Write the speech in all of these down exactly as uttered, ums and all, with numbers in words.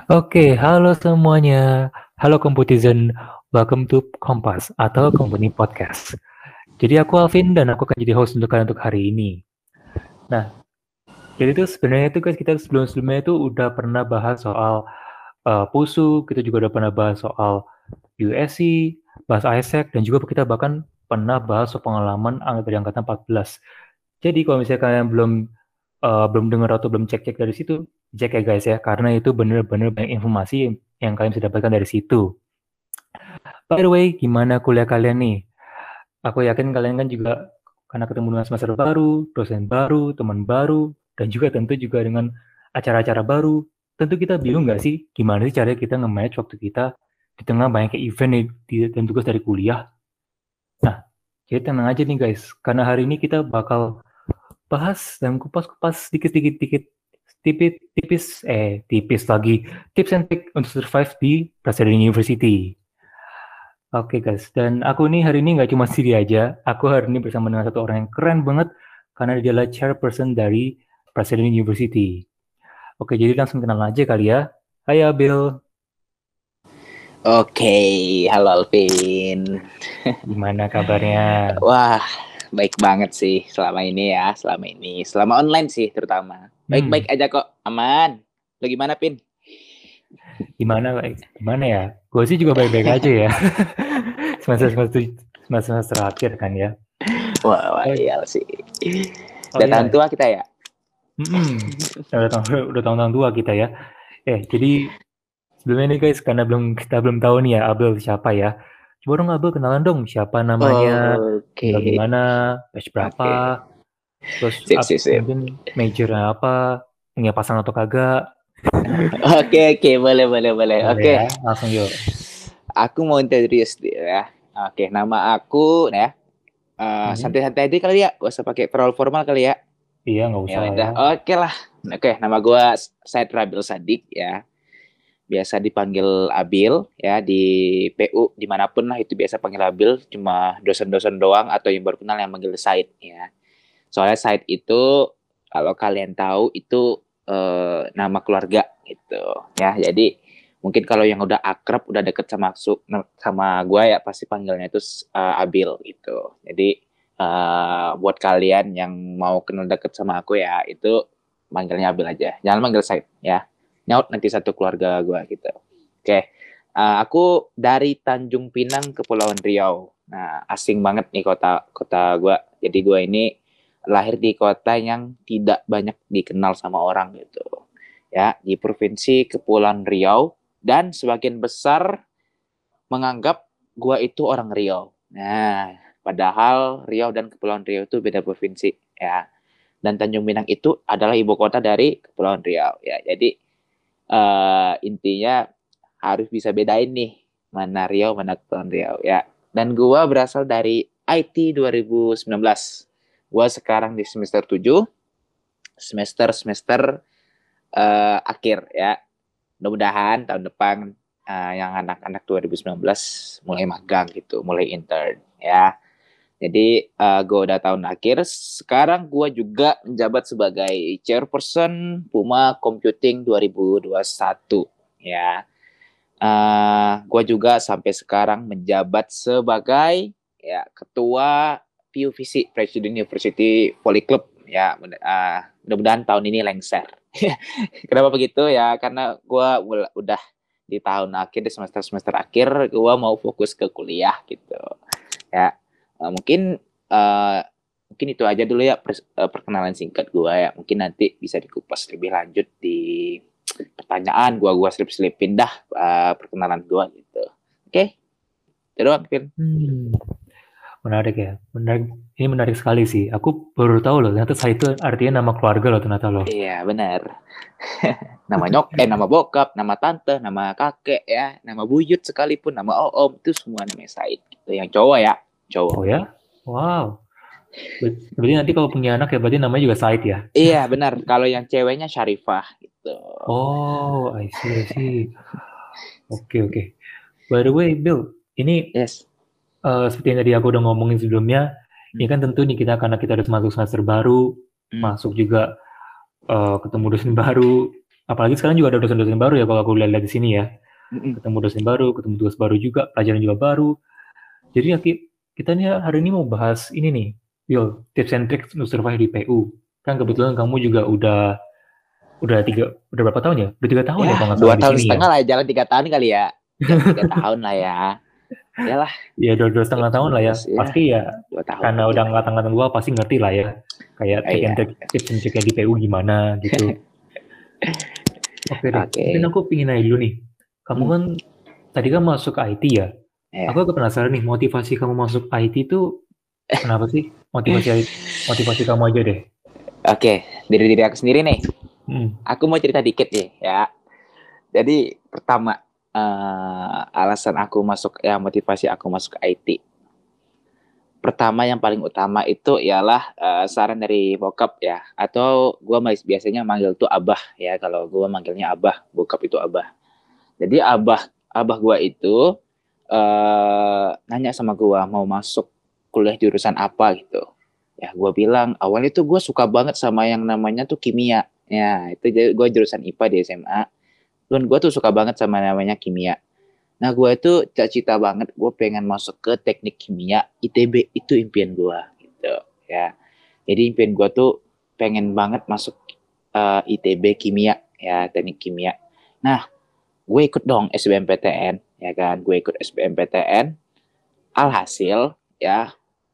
Oke, halo semuanya. Halo Computizen, welcome to Kompas atau Company Podcast. Jadi aku Alvin dan aku akan jadi host untuk kalian untuk hari ini. Nah, jadi itu sebenarnya itu guys, kita sebelum-sebelumnya itu udah pernah bahas soal uh, PUSU, kita juga udah pernah bahas soal U S C, bahas Isaac, dan juga kita bahkan pernah bahas soal pengalaman ang- dari angkatan empat belas. Jadi kalau misalnya kalian belum uh, belum dengar atau belum cek-cek dari situ, cek ya guys ya, karena itu bener-bener banyak informasi yang, yang kalian bisa dapatkan dari situ. By the way, gimana kuliah kalian nih? Aku yakin kalian kan juga karena ketemu dengan semester baru, dosen baru, teman baru, dan juga tentu juga dengan acara-acara baru. Tentu kita bingung nggak sih gimana sih caranya kita nge-manage waktu kita di tengah banyaknya event nih, di- dan tugas dari kuliah. Nah, jadi tenang aja nih guys, karena hari ini kita bakal bahas dan kupas-kupas dikit-dikit dikit tipis tipis eh tipis lagi tips and trick untuk survive di Presiden University. Oke guys, dan aku nih hari ini nggak cuma sendiri aja, aku hari ini bersama dengan satu orang yang keren banget karena dia adalah chairperson dari Presiden University. Oke, jadi langsung kenal aja kali ya. Hai Abil, Oke, halo Alvin. gimana kabarnya? Wah, baik banget sih selama ini ya, selama ini. Selama online sih terutama. Baik-baik Hmm, aja kok, aman. Lo gimana, Pin? gimana gimana ya? Gue sih juga baik-baik aja ya. semester semester semester semester akhir kan ya. Wah, wah Oh, iya sih. oh Udah tahun iya, tua kita ya? mm udah tahun udah tahun-tahun tua kita ya. Eh, jadi sebelumnya nih guys, karena belum kita belum tahu nih ya Abel siapa ya. Coba dong Abel kenalan dong siapa namanya, Oke, tinggal di mana, batch berapa, oke. terus Sip, up, sip, sip. mungkin majornya apa, punya pasangan atau kagak. Oke, oke, boleh, boleh, boleh. Boleh Oke. ya, langsung yuk. Aku mau introduce dia ya. Oke, nama aku ya. Uh, Hmm. santai-santai aja kali ya, gak usah pakai terlalu formal kali ya. Iya nggak Ya usah lah ya. udah, oke lah. Oke, nama gue Said Rabil Sadik ya. Biasa dipanggil Abil ya di P U dimanapun lah itu biasa panggil Abil. Cuma dosen-dosen doang atau yang baru kenal yang manggil Said ya. Soalnya Said itu kalau kalian tahu itu eh, nama keluarga gitu ya. Jadi mungkin kalau yang udah akrab, udah deket sama sama gue ya pasti panggilnya itu uh, Abil gitu. Jadi uh, buat kalian yang mau kenal deket sama aku ya itu manggilnya Abil aja. Jangan manggil Said ya. Nyaut nanti satu keluarga gue gitu. Oke. Uh, aku dari Tanjung Pinang, Kepulauan Riau. Nah, asing banget nih kota kota gue. Jadi gue ini lahir di kota yang tidak banyak dikenal sama orang gitu. Ya, di Provinsi Kepulauan Riau dan sebagian besar menganggap gua itu orang Riau. Nah, padahal Riau dan Kepulauan Riau itu beda provinsi ya. Dan Tanjung Pinang itu adalah ibu kota dari Kepulauan Riau ya. Jadi uh, intinya harus bisa bedain nih mana Riau mana Kepulauan Riau ya. Dan gua berasal dari I T dua ribu sembilan belas. Gua sekarang di semester tujuh, semester semester uh, akhir ya. Mudah-mudahan tahun depan uh, yang anak-anak dua ribu sembilan belas mulai magang gitu, mulai intern ya. Jadi uh, gue udah tahun akhir. Sekarang gue juga menjabat sebagai chairperson Puma Computing dua ribu dua puluh satu ya. Uh, gue juga sampai sekarang menjabat sebagai ya ketua P U V C Presiden University Volley Club ya. Uh, mudah-mudahan tahun ini lengser. Kenapa begitu ya? Karena gue udah di tahun akhir, di semester semester akhir, gue mau fokus ke kuliah gitu ya. Uh, mungkin uh, mungkin itu aja dulu ya pers- uh, perkenalan singkat gue ya. Mungkin nanti bisa dikupas lebih lanjut di pertanyaan gua gua selip-selipin dah uh, perkenalan gua gitu. Oke, okay? Itu doang, Vin. Hmm, menarik ya, menarik. Ini menarik sekali sih. Aku baru tahu loh, ternyata saya itu artinya nama keluarga loh ternyata loh. Iya, benar. Nama nyok, eh nama bokap, nama tante, nama kakek ya, nama buyut sekalipun, nama om itu semua namanya Said. Gitu. Yang cowok ya, cowok. Oh ya, wow. Ber- Berarti nanti kalau punya anak ya berarti namanya juga Said ya. Iya, benar. Kalau yang ceweknya Syarifah gitu. Oh, I see, I see. Oke, oke. By the way, Bill, ini Yes. eh, seperti yang tadi aku udah ngomongin sebelumnya, ini Hmm. kan tentu nih kita karena kita harus masuk semester baru, Hmm. masuk juga eh, ketemu dosen baru, apalagi sekarang juga ada dosen-dosen baru ya kalau aku lihat di sini ya. Mm-mm. Ketemu dosen baru, ketemu tugas baru juga, pelajaran juga baru. Jadi ya Ki, kita nih hari ini mau bahas ini nih, Bill, tips and tricks untuk survive di P U. Kan kebetulan kamu juga udah udah tiga udah berapa tahun ya? Udah tiga tahun ya Ya, kalau nggak dua salah di tahun sini ya. setengah lah, jalan tiga tahun kali ya. Jalan tiga tahun lah ya. Yalah, Ya dua, dua setengah tahun lah ya. X dua belas ya, Pasti ya dua tahun karena aja. udah angkatan-angkatan tua pasti ngerti lah ya. Kayak Oh, trik and iya. trik, tips and triknya di P U gimana gitu. Oke deh, mungkin Oke. aku pingin nanya dulu nih. Kamu Hmm, kan tadi kan masuk I T ya. Aku ya. agak penasaran nih, motivasi kamu masuk I T itu kenapa sih? Motivasi motivasi kamu aja deh. Oke, dari diri aku sendiri nih. Hmm. Aku mau cerita dikit nih ya. Jadi pertama, eh, alasan aku masuk, ya motivasi aku masuk I T. Pertama yang paling utama itu ialah eh, saran dari bokap ya. Atau gue biasanya manggil tuh abah ya. Kalau gue manggilnya abah, bokap itu abah. Jadi abah abah gue itu eh, nanya sama gue mau masuk kuliah jurusan apa gitu. Ya gue bilang awalnya tuh gue suka banget sama yang namanya tuh kimia. Ya itu gue jurusan I P A di S M A. Dan gue tuh suka banget sama namanya kimia. Nah gue itu cita-cita banget gue pengen masuk ke teknik kimia I T B, itu impian gue gitu ya. Jadi impian gue tuh pengen banget masuk uh, I T B kimia ya, teknik kimia. Nah gue ikut dong S B M P T N ya kan, gue ikut S B M P T N. Alhasil ya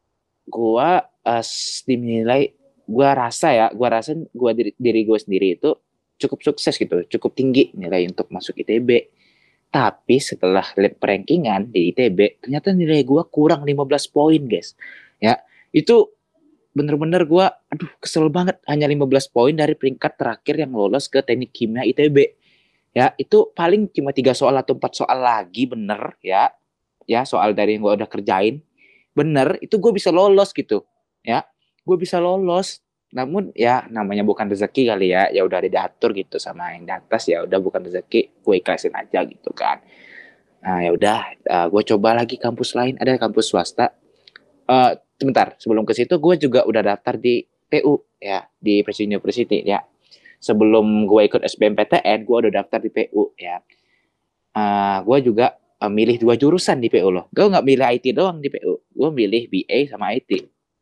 gue uh, dinilai, gue rasa ya gue rasa gue diri, diri gue sendiri itu cukup sukses gitu, cukup tinggi nilai untuk masuk I T B. Tapi setelah lihat perankingan di I T B, ternyata nilai gue kurang lima belas poin, guys. Ya, itu bener-bener gue, aduh kesel banget. Hanya lima belas poin dari peringkat terakhir yang lolos ke teknik kimia I T B. Ya, itu paling cuma tiga soal atau empat soal lagi, bener ya. Ya, soal dari yang gue udah kerjain. Bener, itu gue bisa lolos gitu. Ya, gue bisa lolos. Namun ya namanya bukan rezeki kali ya, ya udah diatur gitu sama yang di atas, ya udah bukan rezeki, gue ikhlasin aja gitu kan. Nah ya udah, uh, gue coba lagi kampus lain, ada kampus swasta. Uh, sebentar, sebelum ke situ gue juga udah daftar di P U ya, di Presiden University ya. Sebelum gue ikut S B M P T N, gue udah daftar di P U ya. Uh, gue juga uh, milih dua jurusan di P U loh. Gue nggak milih I T doang di P U, gue milih B A sama I T.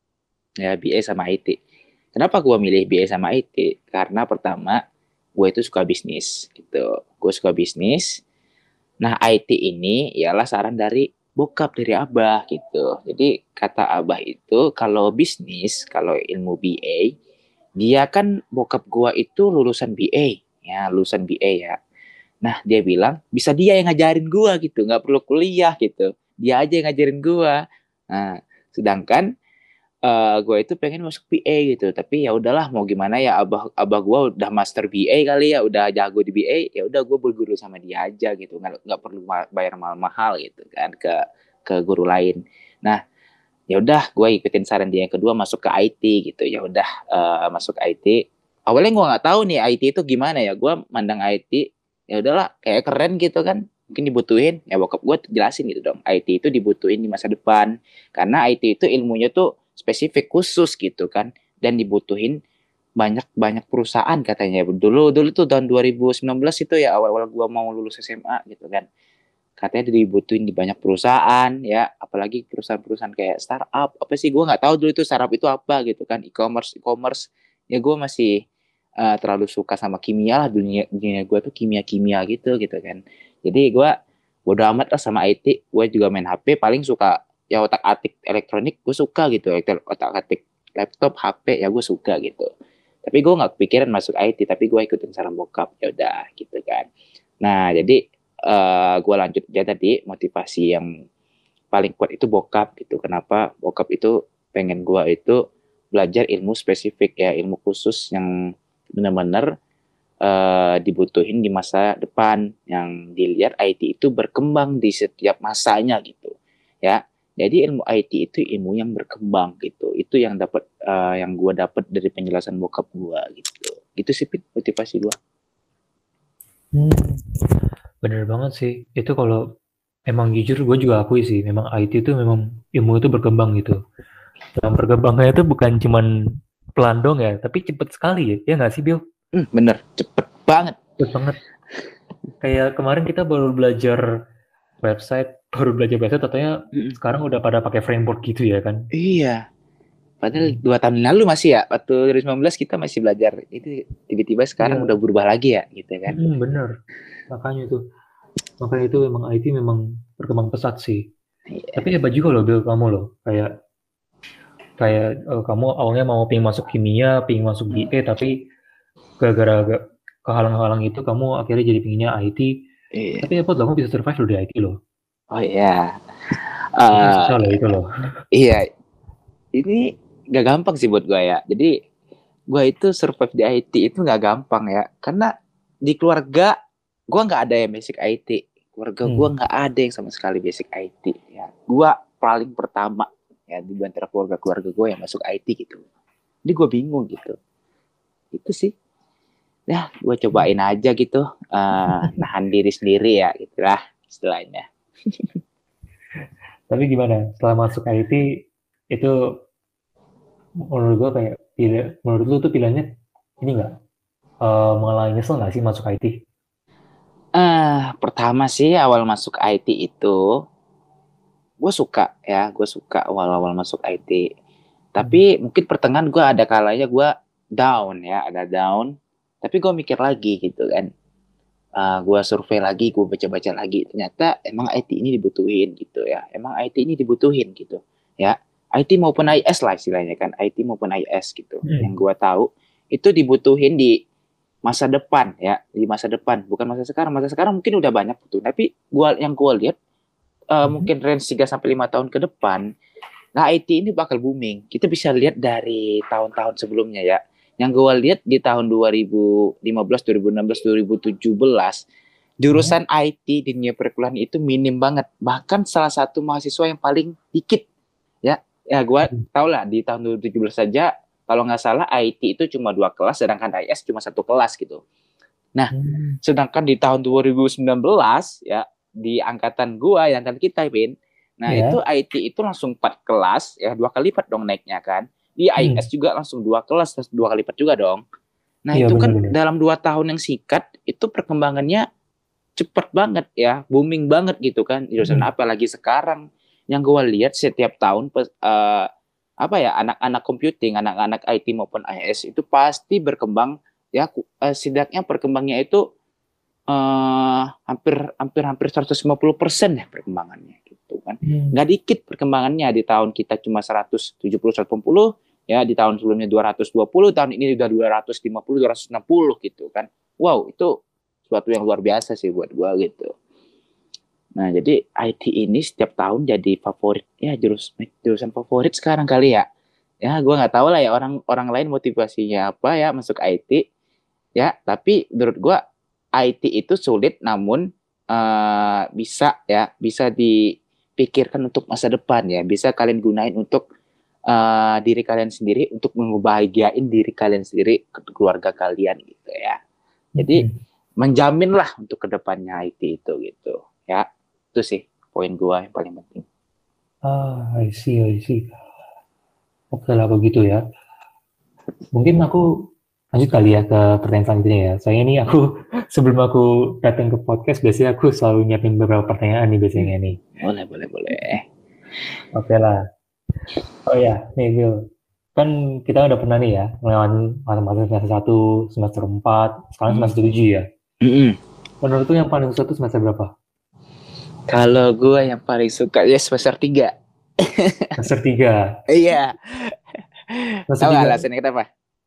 Ya B A sama I T. Kenapa gue milih B A sama I T? Karena pertama, gue itu suka bisnis gitu. Gue suka bisnis. Nah, I T ini ialah saran dari bokap, dari abah gitu. Jadi kata abah itu kalau bisnis, kalau ilmu B A, dia kan bokap gue itu lulusan B A, ya lulusan B A ya. Nah, dia bilang bisa dia yang ngajarin gue gitu, nggak perlu kuliah gitu. Dia aja yang ngajarin gue. Nah, sedangkan uh, gue itu pengen masuk B A gitu, tapi ya udahlah mau gimana ya, abah abah gue udah master B A kali ya, udah jago di B A, ya udah gue berguru sama dia aja gitu, nggak nggak perlu bayar mahal-mahal gitu kan ke ke guru lain. Nah ya udah gue ikutin saran dia, yang kedua masuk ke I T gitu. Ya udah uh, masuk I T. Awalnya gue nggak tahu nih I T itu gimana ya, gue mandang I T ya udahlah kayak keren gitu kan, mungkin dibutuhin, ya bokap gue jelasin gitu dong, I T itu dibutuhin di masa depan karena I T itu ilmunya tuh spesifik khusus gitu kan, dan dibutuhin banyak banyak perusahaan katanya. Dulu dulu tuh tahun dua ribu sembilan belas itu ya, awal-awal gua mau lulus S M A gitu kan, katanya dibutuhin di banyak perusahaan ya, apalagi perusahaan-perusahaan kayak startup apa sih, gua nggak tahu dulu itu startup itu apa gitu kan, e-commerce e-commerce ya. Gua masih uh, terlalu suka sama kimia lah, dunia dunia gua tuh kimia kimia gitu gitu kan. Jadi gua bodo amat lah sama I T. Gue juga main H P, paling suka ya otak atik elektronik, gue suka gitu. Otak atik laptop, H P ya gue suka gitu. Tapi gue nggak kepikiran masuk I T, tapi gue ikutin saran bokap, ya udah gitu kan. Nah jadi uh, gue lanjut aja tadi, motivasi yang paling kuat itu bokap gitu. Kenapa bokap itu pengen gue itu belajar ilmu spesifik ya, ilmu khusus yang benar-benar uh, dibutuhin di masa depan, yang dilihat I T itu berkembang di setiap masanya gitu ya. Jadi ilmu I T itu ilmu yang berkembang gitu. Itu yang dapat uh, yang gue dapat dari penjelasan bokap gue gitu. Gitu sih Pit, motivasi gue. Hmm, bener banget sih. Itu kalau emang jujur gue juga akui sih, memang I T itu memang ilmu itu berkembang gitu. Dan perkembangannya itu bukan cuman pelan dong ya, tapi cepet sekali ya, ya nggak sih Bill? Hmm, bener, cepet banget. Betul banget. Kayak kemarin kita baru belajar website, baru belajar website, katanya Mm-mm. sekarang udah pada pakai framework gitu ya kan? Iya. Padahal Hmm. dua tahun lalu masih ya, waktu dua ribu sembilan belas kita masih belajar. Itu tiba-tiba sekarang udah Iya, berubah lagi ya, gitu kan? mm, bener. Makanya itu, makanya itu memang I T memang berkembang pesat sih. Iya. Tapi hebat juga loh Bill kamu loh. Kayak kayak eh, kamu awalnya mau pengen masuk kimia, pengen masuk B E, tapi gara-gara ga- kehalang-halang itu kamu akhirnya jadi pengennya I T. Iya. Tapi hebat loh, kamu bisa survive loh di I T loh. Oh iya. Itu Eh susah loh itu loh. iya, ini gak gampang sih buat gue ya. Jadi gue itu survive di I T itu gak gampang ya. Karena di keluarga gue nggak ada yang basic I T. Keluarga gue Hmm. nggak ada yang sama sekali basic I T. Ya, gue paling pertama ya di antara keluarga-keluarga gue yang masuk I T gitu. Jadi gue bingung gitu. Itu sih. Ya, gue cobain aja gitu. Uh, nahan diri sendiri ya, gitulah istilahnya. Tapi gimana? Setelah masuk I T itu menurut gue kayak pilih, menurut lu tuh pilihannya ini nggak eh malah nyesel nggak sih masuk I T? Uh, pertama sih awal masuk I T itu gue suka ya, gue suka awal-awal masuk I T. Hmm. Tapi mungkin pertengahan gue ada kalanya gue down ya, ada down. Tapi gue mikir lagi gitu kan. Uh, gue survei lagi, gue baca-baca lagi. Ternyata emang I T ini dibutuhin gitu ya. Emang I T ini dibutuhin gitu ya. I T maupun I S lah istilahnya kan. I T maupun I S gitu. Yang Hmm. gue tahu itu dibutuhin di masa depan ya. Di masa depan. Bukan masa sekarang. Masa sekarang mungkin udah banyak butuh. Tapi gua, yang gue lihat uh, Hmm. mungkin range tiga sampai lima tahun ke depan, nah I T ini bakal booming. Kita bisa lihat dari tahun-tahun sebelumnya ya. Yang gue lihat di tahun dua ribu lima belas, dua ribu enam belas, dua ribu tujuh belas, Hmm. jurusan I T di dunia perkuliahan itu minim banget. Bahkan salah satu mahasiswa yang paling dikit. Ya, ya gue Hmm. tau lah di tahun dua ribu tujuh belas saja, kalau nggak salah I T itu cuma dua kelas, sedangkan I S cuma satu kelas gitu. Nah, Hmm. sedangkan di tahun dua ribu sembilan belas ya, di angkatan gua, yang angkatan kita, Pin. Nah, itu Ya. I T itu langsung empat kelas, ya dua kali lipat dong naiknya kan. Di Hmm. I S juga langsung dua kelas, dua kali lipat juga dong. Nah, Iya itu kan benar-benar. dalam dua tahun yang singkat, itu perkembangannya cepet banget ya, booming banget gitu kan. Jurusan Hmm. apalagi sekarang yang gua lihat setiap tahun uh, apa ya, anak-anak computing, anak-anak I T maupun I S itu pasti berkembang ya, uh, setidaknya perkembangnya itu uh, hampir hampir hampir seratus lima puluh persen ya perkembangannya gitu kan. Hmm. Nggak dikit perkembangannya. Di tahun kita cuma seratus tujuh puluh, seratus delapan puluh ya, di tahun sebelumnya dua ratus dua puluh, tahun ini udah dua ratus lima puluh, dua ratus enam puluh gitu kan. Wow, itu suatu yang luar biasa sih buat gua gitu. Nah, jadi I T ini setiap tahun jadi favorit ya, jurus jurusan favorit sekarang kali ya. Ya, gua nggak tahu lah ya orang orang lain motivasinya apa ya masuk I T ya, tapi menurut gua I T itu sulit, namun uh, bisa ya, bisa dipikirkan untuk masa depan ya, bisa kalian gunain untuk uh, diri kalian sendiri, untuk membahagiain diri kalian sendiri, keluarga kalian gitu ya. Jadi Hmm. menjamin lah untuk kedepannya I T itu gitu ya. Itu sih poin gua yang paling penting. Ah, I see, I see. Oke lah begitu ya. Mungkin aku lanjut kali ya ke pertanyaan selanjutnya ya. Soalnya ini aku sebelum aku datang ke podcast biasanya aku selalu nyiapin beberapa pertanyaan nih biasanya nih. Boleh, boleh, boleh. Oke lah. Oh ya, nih Bill. Kan kita udah pernah nih ya ngelawan masa-masa semester satu, semester empat, sekarang Hmm. semester tujuh ya. Mm-mm. Menurut tuh yang paling susah tuh semester berapa? Kalau gua yang paling suka ya semester tiga. Semester tiga. Iya. Semester Tahu gak tiga. alasannya kenapa?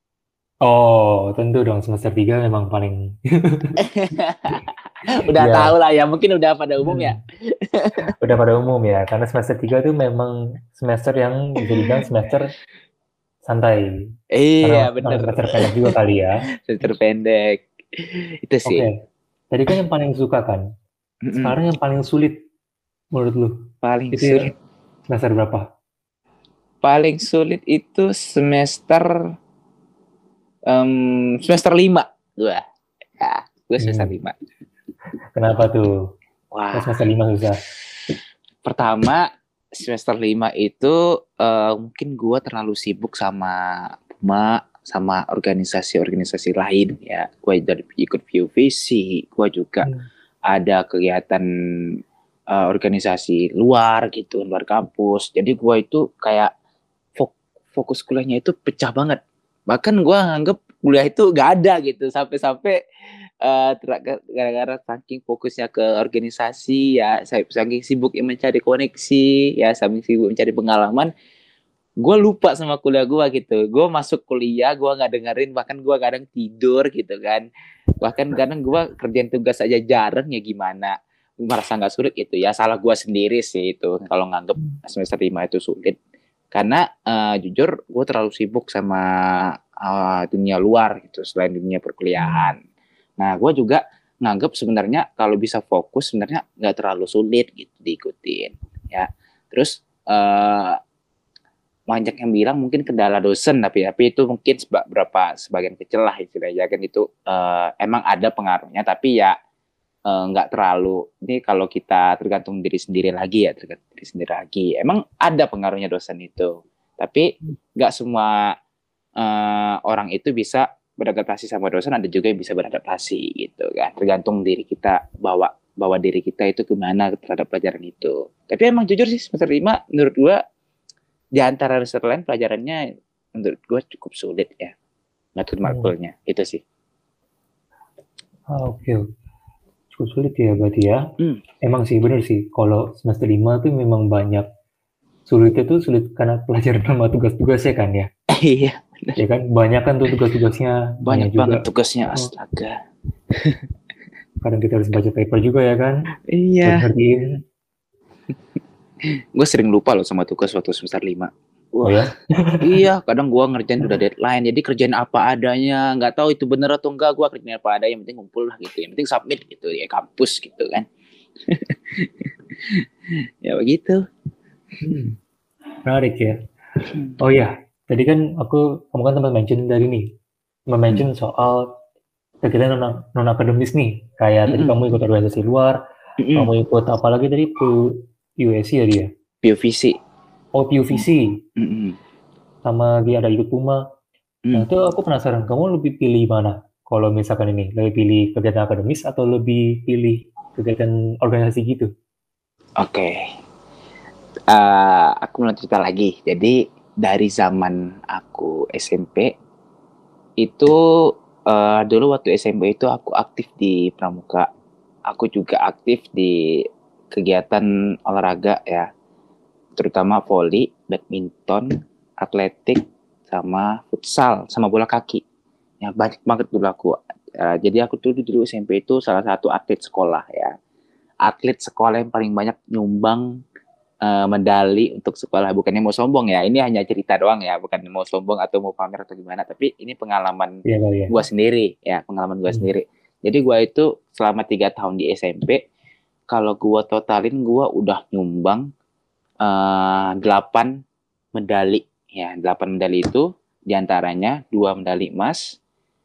Oh, tentu dong semester tiga memang paling Udah tahu ya, lah ya, mungkin udah pada umum ya. hmm, udah pada umum ya. Karena semester tiga itu memang semester yang bisa dibilang semester santai. Iya, Karena bener. semester pendek juga kali ya. Semester pendek. Itu sih. Oke, tadi kan yang paling suka kan. Mm-mm. Sekarang yang paling sulit menurut lu Paling itu ya sulit. semester berapa? Paling sulit itu semester um, semester lima. Gua. Ya, gue semester Hmm, lima. kenapa tuh? Kok Wah, semester lima susah? pertama semester lima itu uh, mungkin gue terlalu sibuk sama Puma. sama organisasi-organisasi lain ya. Gue dari ikut V U V C, gue juga hmm. ada kegiatan uh, organisasi luar gitu, luar kampus. Jadi gue itu kayak fokus kuliahnya itu pecah banget. Bahkan gue nganggep kuliah itu gak ada gitu. Sampai-sampai uh, gara-gara saking fokusnya ke organisasi ya, saking sibuk mencari koneksi ya, saking sibuk mencari pengalaman, gue lupa sama kuliah gue gitu. Gue masuk kuliah, gue gak dengerin, bahkan gue kadang tidur gitu kan. Bahkan kadang gue kerjain tugas aja jarang ya gimana. Gue merasa gak sulit gitu ya. Salah gue sendiri sih itu kalau nganggep semester lima itu sulit. Karena uh, jujur gue terlalu sibuk sama uh, dunia luar gitu selain dunia perkuliahan. Nah gue juga nganggep sebenarnya kalau bisa fokus sebenarnya nggak terlalu sulit gitu diikutin ya. Terus uh, banyak yang bilang mungkin kendala dosen tapi tapi itu mungkin seba, berapa sebagian kecil lah istilahnya kan itu uh, emang ada pengaruhnya tapi ya nggak uh, terlalu. Ini kalau kita tergantung diri sendiri lagi ya, tergantung diri sendiri lagi. Emang ada pengaruhnya dosen itu, tapi nggak semua uh, orang itu bisa beradaptasi sama dosen. Ada juga yang bisa beradaptasi gitu kan. Tergantung diri kita bawa bawa diri kita itu gimana terhadap pelajaran itu. Tapi emang jujur sih semester lima menurut gue di antara semester lain pelajarannya menurut gue cukup sulit ya. Ngatur makulnya hmm. itu sih. Oh, oke. Okay. Cukup sulit ya berarti ya. Hmm. Emang sih bener sih kalau semester lima tuh memang banyak sulitnya tuh sulit karena pelajaran sama tugas-tugasnya kan ya. Iya. Ya kan banyak kan tuh tugas-tugasnya. Banyak banget juga tugasnya astaga. Kadang kita harus baca paper juga ya kan. Iya. Gue sering lupa loh sama tugas waktu semester lima. Wah, oh ya? Iya, kadang gue ngerjain udah deadline, jadi kerjain apa adanya, nggak tahu itu bener atau enggak, gue kerjain apa adanya, yang penting ngumpul lah gitu, yang penting submit gitu, ya kampus gitu kan. Ya begitu. Hmm. Menarik ya. Oh ya, tadi kan aku, kamu kan sempat mention dari nih, mention hmm. soal kegiatan non, non akademis nih, kayak hmm. tadi kamu ikut organisasi luar, hmm. kamu ikut apa lagi tadi, U S C ya dia? V U V C. Oh, V U V C. Mm-hmm. Sama dia ada ikut Puma. Mm. Nah, itu aku penasaran, kamu lebih pilih mana? Kalau misalkan ini, lebih pilih kegiatan akademis atau lebih pilih kegiatan organisasi gitu? Oke. Okay. Uh, aku mau cerita lagi. Jadi, dari zaman aku S M P, itu uh, dulu waktu S M P itu aku aktif di Pramuka. Aku juga aktif di kegiatan olahraga ya. Terutama voli, badminton, atletik, sama futsal, sama bola kaki. Ya banyak banget dulu aku. Uh, jadi aku tuh dulu S M P itu salah satu atlet sekolah ya. Atlet sekolah yang paling banyak nyumbang uh, medali untuk sekolah. Bukannya mau sombong ya, ini hanya cerita doang ya. Bukan mau sombong atau mau pamer atau gimana. Tapi ini pengalaman ya, ya. gue sendiri ya, pengalaman gue hmm. sendiri. Jadi gue itu selama tiga tahun di S M P, kalau gue totalin gue udah nyumbang Uh, delapan medali ya, delapan medali itu diantaranya dua medali emas,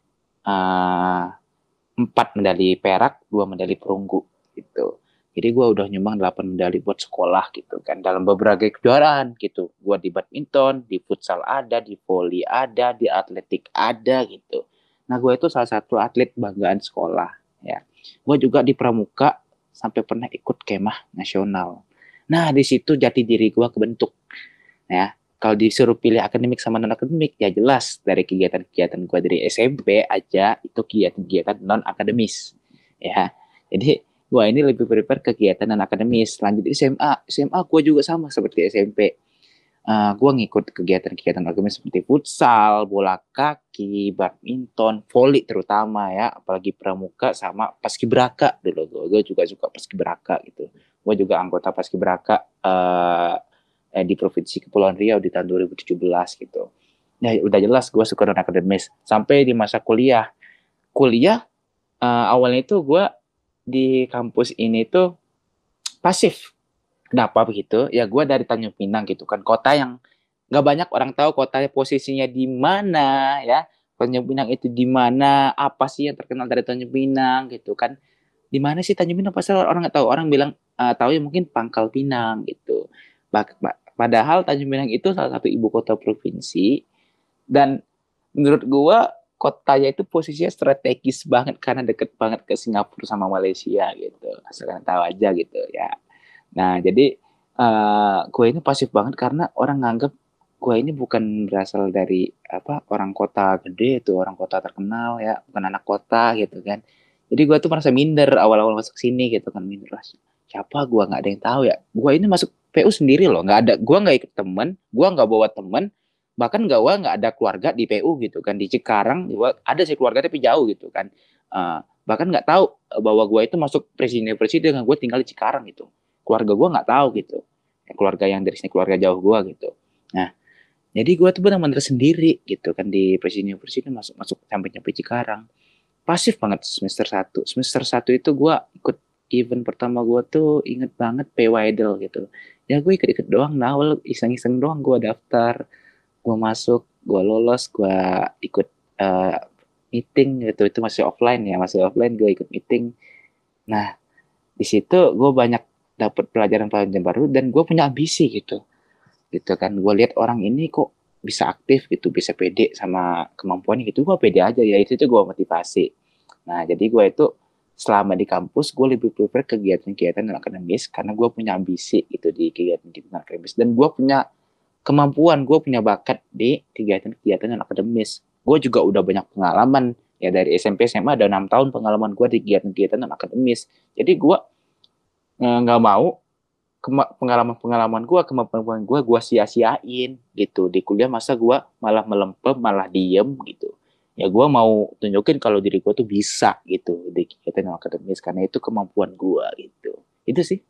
uh, empat medali perak, dua medali perunggu gitu. Jadi gue udah nyumbang delapan medali buat sekolah gitu kan dalam beberapa kejuaraan gitu. Gue di badminton, di futsal ada, di voli ada, di atletik ada gitu. Nah gue itu salah satu atlet banggaan sekolah ya. Gue juga di Pramuka sampai pernah ikut kemah nasional. Nah, di situ jati diri gue kebentuk. Ya, kalau disuruh pilih akademik sama non akademik, ya jelas dari kegiatan-kegiatan gue dari S M P aja itu kegiatan-kegiatan non akademis. Ya, jadi gue ini lebih prefer kegiatan non akademis. Lanjut S M A, S M A gue juga sama seperti S M P. Uh, gue ngikut kegiatan-kegiatan akademis seperti futsal, bola kaki, badminton, voli terutama ya, apalagi pramuka sama paskibraka dulu. Gue juga suka paskibraka gitu. Gue juga anggota paskibraka uh, eh, di Provinsi Kepulauan Riau di tahun dua ribu tujuh belas gitu. Ya udah jelas gue suka non akademis. Sampai di masa kuliah, kuliah uh, awalnya itu gue di kampus ini tuh pasif. Kenapa begitu? Ya gue dari Tanjung Pinang gitu kan, kota yang nggak banyak orang tahu kotanya posisinya di mana ya. Tanjung Pinang itu di mana? Apa sih yang terkenal dari Tanjung Pinang gitu kan? Di mana sih Tanjung Pinang? Pasti orang nggak tahu. Orang bilang uh, tahu ya mungkin Pangkal Pinang gitu. Padahal Tanjung Pinang itu salah satu ibu kota provinsi dan menurut gua kotanya itu posisinya strategis banget karena deket banget ke Singapura sama Malaysia gitu. Asal kalian tahu aja gitu ya. Nah, jadi uh, gue ini pasif banget karena orang nganggep gue ini bukan berasal dari apa orang kota gede itu, orang kota terkenal ya, bukan anak kota gitu kan. Jadi gue tuh merasa minder awal-awal masuk sini gitu kan, minder lah. Siapa gue nggak ada yang tahu ya. Gue ini masuk P U sendiri loh, nggak ada, gue nggak ikut temen, gue nggak bawa temen, bahkan gak gue nggak ada keluarga di P U gitu kan, di Cikarang gua ada sih keluarga tapi jauh gitu kan. Uh, bahkan nggak tahu bahwa gue itu masuk presiden presiden dengan gue tinggal di Cikarang gitu, keluarga gue nggak tahu gitu, keluarga yang dari sini keluarga jauh gue gitu. Nah, jadi gue tuh benar-benar sendiri gitu kan di presiden presiden masuk masuk sampai nyampe Cikarang, pasif banget semester satu. Semester satu itu gue ikut event pertama gue tuh inget banget P W Idol gitu. Ya gue ikut-ikut doang, nah awal iseng-iseng doang gue daftar, gue masuk, gue lolos, gue ikut uh, meeting gitu, itu masih offline ya, masih offline gue ikut meeting. Nah, di situ gue banyak dapat pelajaran-pelajaran baru dan gue punya ambisi gitu, gitu kan. Gue lihat orang ini kok bisa aktif gitu, bisa pede sama kemampuannya gitu, gue pede aja ya, itu tuh gue motivasi. Nah, jadi gue itu selama di kampus gue lebih prefer kegiatan-kegiatan akademis karena gue punya ambisi gitu di kegiatan-kegiatan akademis dan gue punya kemampuan, gue punya bakat di kegiatan-kegiatan yang akademis. Gue juga udah banyak pengalaman ya dari S M P S M A, ada enam tahun pengalaman gue di kegiatan-kegiatan yang akademis. Jadi gue nggak mau pengalaman-pengalaman gue, kemampuan gue, gue sia-siain gitu di kuliah. Masa gue malah melempem, malah diem gitu. Ya gue mau tunjukin kalau diri gue tuh bisa gitu di kegiatan yang akademis karena itu kemampuan gue gitu. Itu sih.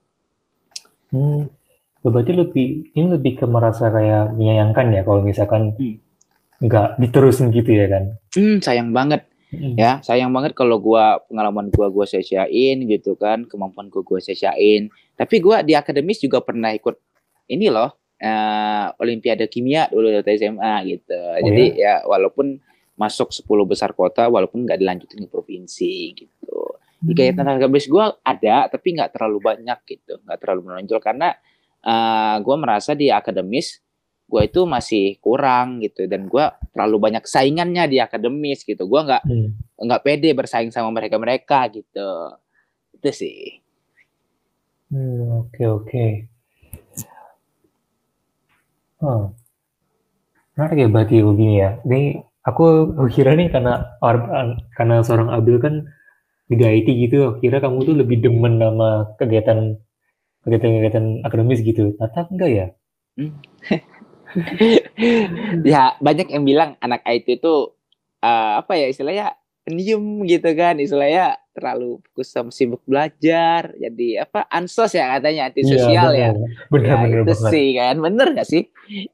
Hmm. Berarti lebih ini lebih ke merasa kayak menyayangkan ya kalau misalkan hmm. nggak diterusin gitu ya kan? Hmm, sayang banget. Hmm. Ya, sayang banget kalau gua pengalaman gua gua sia-siain gitu kan, kemampuan gua gua sia-siain. Tapi gua di akademis juga pernah ikut ini loh, uh, Olimpiade Kimia dulu dari S M A gitu. Oh, jadi ya? ya walaupun masuk sepuluh besar kota, walaupun nggak dilanjutin ke provinsi gitu. Di kegiatan hmm. akademis gua ada, tapi nggak terlalu banyak gitu, nggak terlalu menonjol karena uh, gua merasa di akademis gue itu masih kurang gitu dan gue terlalu banyak saingannya di akademis gitu. Gue nggak hmm. nggak pede bersaing sama mereka-mereka gitu. Itu sih. Hmm, oke oke. Oh, menarik ya berarti begini ya. Ini aku kira nih karena karena seorang Abil kan di I T gitu, kira kamu tuh lebih demen sama kegiatan kegiatan-kegiatan akademis gitu. Ternyata enggak ya? Hmm. Ya banyak yang bilang anak I T itu uh, apa ya istilahnya pendiam gitu kan, istilahnya terlalu fokus sama sibuk belajar, jadi apa ansos ya katanya antisosial ya, bener, ya bener itu banget. sih kan bener nggak sih?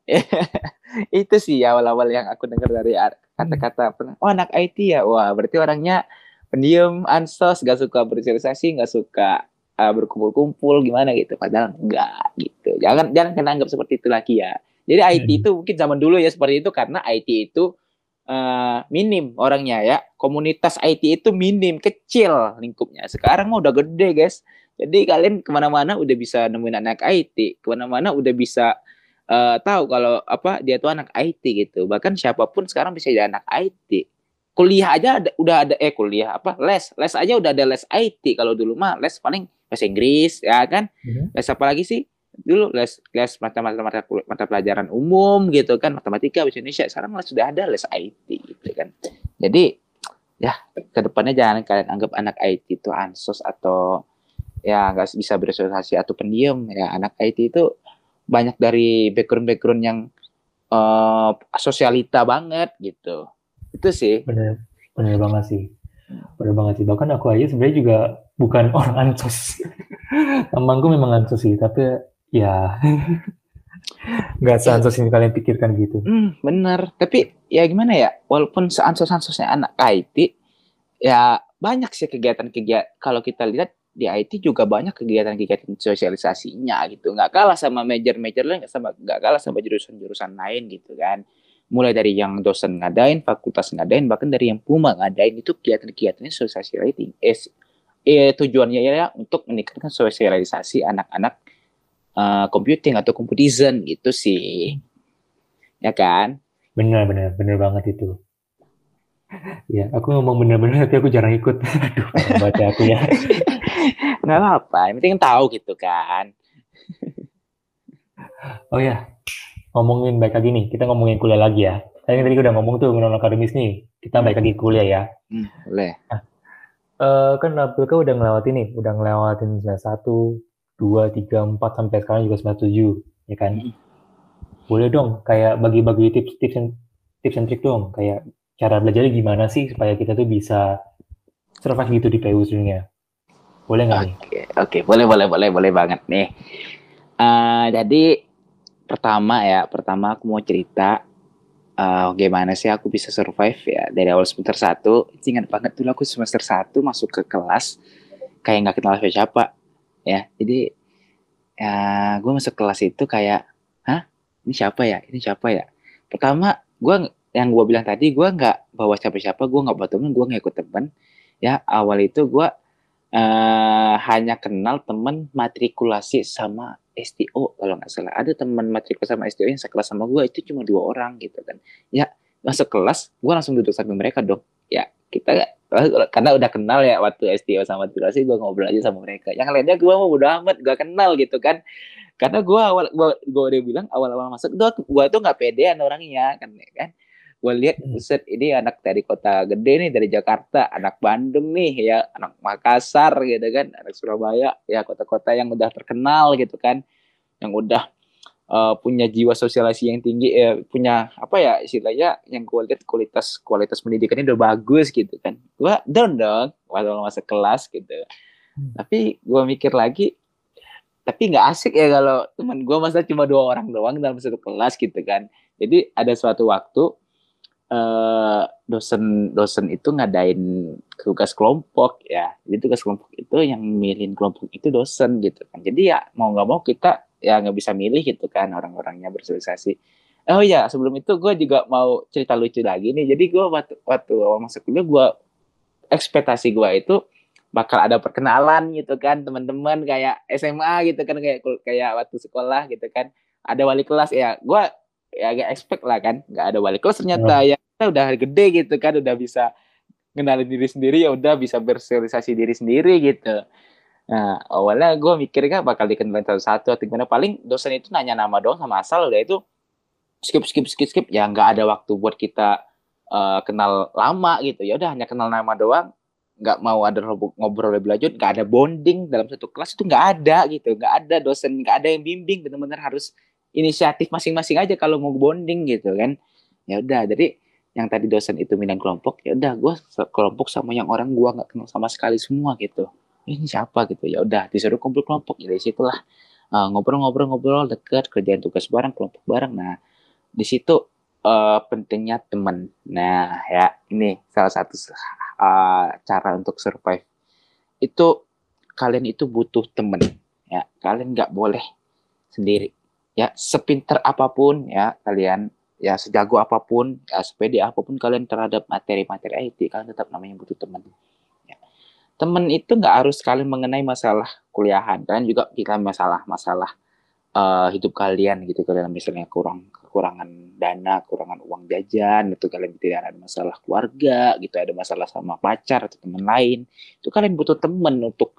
Itu sih awal-awal yang aku dengar dari kata-kata oh anak I T ya, wah berarti orangnya pendiam, ansos, gak suka bersosialisasi, gak suka uh, berkumpul-kumpul gimana gitu, padahal enggak gitu. Jangan jangan kena anggap seperti itu lagi ya. Jadi I T hmm. itu mungkin zaman dulu ya seperti itu karena I T itu uh, minim orangnya ya. Komunitas I T itu minim, kecil lingkupnya. Sekarang mah udah gede guys. Jadi kalian kemana-mana udah bisa nemuin anak I T. Kemana-mana udah bisa uh, tahu kalau apa dia tuh anak I T gitu. Bahkan siapapun sekarang bisa jadi anak I T. Kuliah aja ada, udah ada eh kuliah apa les les aja udah ada les I T. Kalau dulu mah les paling bahasa Inggris ya kan. Hmm. Les apa lagi sih? Dulu les les mata-mata mata, mata pelajaran umum gitu kan, matematika bahasa Indonesia. Sekarang sudah ada les I T gitu kan. Jadi ya kedepannya jangan kalian anggap anak I T itu ansos atau ya nggak bisa bersosialisasi atau pendiam ya. Anak I T itu banyak dari background-background yang uh, sosialita banget gitu. Itu sih. Bener, bener banget sih. Bener banget sih. Bahkan aku aja sebenarnya juga bukan orang ansos. Temanku memang ansos sih, tapi ya nggak seansos yang kalian pikirkan gitu. Hmm, bener. Tapi ya gimana ya, walaupun seansos-ansosnya anak I T, ya banyak sih kegiatan-kegiatan. Kalau kita lihat di I T juga banyak kegiatan-kegiatan sosialisasinya gitu. Nggak kalah sama major-major lain, nggak sama nggak kalah sama jurusan-jurusan lain gitu kan. Mulai dari yang dosen ngadain, fakultas ngadain, bahkan dari yang Puma ngadain itu kegiatan-kegiatannya sosialisasi. Eh, eh, tujuannya ya untuk meningkatkan sosialisasi anak-anak Uh, computing atau computizen gitu sih, ya kan? Benar, benar, benar banget itu. Ya, aku ngomong bener-bener tapi aku jarang ikut. Aduh, parah banget ya aku ya. Nggak apa-apa, yang penting tahu gitu kan. Oh ya, ngomongin baik lagi nih. Kita ngomongin kuliah lagi ya. Tadi tadi udah ngomong tuh non akademis nih. Kita Hmm, baik lagi ke kuliah ya. hmm, boleh. Nah, eh, kan Abdulka udah ngelewatin nih, udah ngelewatin semester satu, dua, tiga, empat sampai sekarang juga semester tujuh, ya kan? Hmm. Boleh dong, kayak bagi-bagi tips-tips and tips and trik dong, kayak cara belajarnya gimana sih supaya kita tuh bisa survive gitu di P U sebenarnya. Boleh nggak nih? Oke, oke, boleh, boleh, boleh, boleh banget nih. Eh, jadi pertama ya, pertama aku mau cerita eh, gimana sih aku bisa survive ya dari awal semester satu. Ingat banget dulu aku semester satu masuk ke kelas kayak nggak kenal siapa-siapa ya. Jadi ya gue masuk kelas itu kayak, hah? Ini siapa ya? Ini siapa ya? Pertama, gue yang gue bilang tadi, gue nggak bawa siapa-siapa, gue nggak bawa temen, gue nggak ikut temen. Ya, awal itu gue eh, hanya kenal temen matrikulasi sama S T O kalau nggak salah. Ada teman matrikulasi sama S T O yang sekelas sama gue itu cuma dua orang gitu kan. Ya, masuk kelas, gue langsung duduk samping mereka dong. Ya, kita karena udah kenal ya waktu S T O sama matrikulasi gue ngobrol aja sama mereka. Yang lainnya gue mau udah amat, gue kenal gitu kan. Karena gue awal gue gue udah bilang awal-awal masuk gue gue tuh nggak pedean orangnya kan ya kan. Gue lihat Hmm. buset ini anak dari kota gede nih, dari Jakarta, anak Bandung nih ya, anak Makassar gitu kan, anak Surabaya ya, kota-kota yang udah terkenal gitu kan, yang udah uh, punya jiwa sosialisasi yang tinggi, eh, punya apa ya istilahnya, yang gue lihat kualitas kualitas pendidikannya udah bagus gitu kan. Gue down dong waktu masuk kelas gitu. Tapi gue mikir lagi, tapi nggak asik ya kalau teman gue masa cuma dua orang doang dalam satu kelas gitu kan. Jadi ada suatu waktu eh, dosen dosen itu ngadain tugas kelompok ya. Jadi tugas kelompok itu yang milihin kelompok itu dosen gitu kan. Jadi ya mau nggak mau kita ya nggak bisa milih gitu kan orang-orangnya bersosialisasi. Oh ya, sebelum itu gue juga mau cerita lucu lagi nih. Jadi gue waktu waktu awal masuk kuliah, gue ekspektasi gue itu bakal ada perkenalan gitu kan, teman-teman kayak S M A gitu kan, kayak kayak waktu sekolah gitu kan, ada wali kelas ya. Gue ya agak expect lah kan, nggak ada wali kelas ternyata, Oh, ya kita udah gede gitu kan, udah bisa kenalin diri sendiri, ya udah bisa bersosialisasi diri sendiri gitu. Nah, awalnya gue mikirnya bakal dikenalin satu-satu atau gimana, paling dosen itu nanya nama doang sama asal, udah itu skip skip skip skip ya, nggak ada waktu buat kita uh, kenal lama gitu. Ya udah hanya kenal nama doang, nggak mau ada ngobrol lebih lanjut, nggak ada bonding dalam satu kelas, itu nggak ada gitu, nggak ada dosen, nggak ada yang bimbing, benar-benar harus inisiatif masing-masing aja kalau mau bonding gitu kan. Ya udah, jadi yang tadi dosen itu minang kelompok, ya udah gue kelompok sama yang orang gue nggak kenal sama sekali semua gitu. Ini siapa gitu, ya udah disuruh kumpul kelompok, ya dari situlah uh, ngobrol-ngobrol-ngobrol deket, kerjaan tugas bareng, kelompok bareng. Nah, di situ uh, pentingnya teman. Nah, ya ini salah satu uh, cara untuk survive. Itu kalian itu butuh teman. Ya, kalian nggak boleh sendiri. Ya, sepinter apapun ya kalian, ya sejago apapun, ya sepede apapun kalian terhadap materi-materi I T, kalian tetap namanya butuh teman. Ya. Teman itu nggak harus kalian mengenai masalah kuliahan, kalian juga kita masalah-masalah uh, hidup kalian gitu. Kalian misalnya kurang kekurangan dana, kekurangan uang jajan, itu kalian tidak ada masalah keluarga gitu, ada masalah sama pacar atau teman lain, itu kalian butuh teman untuk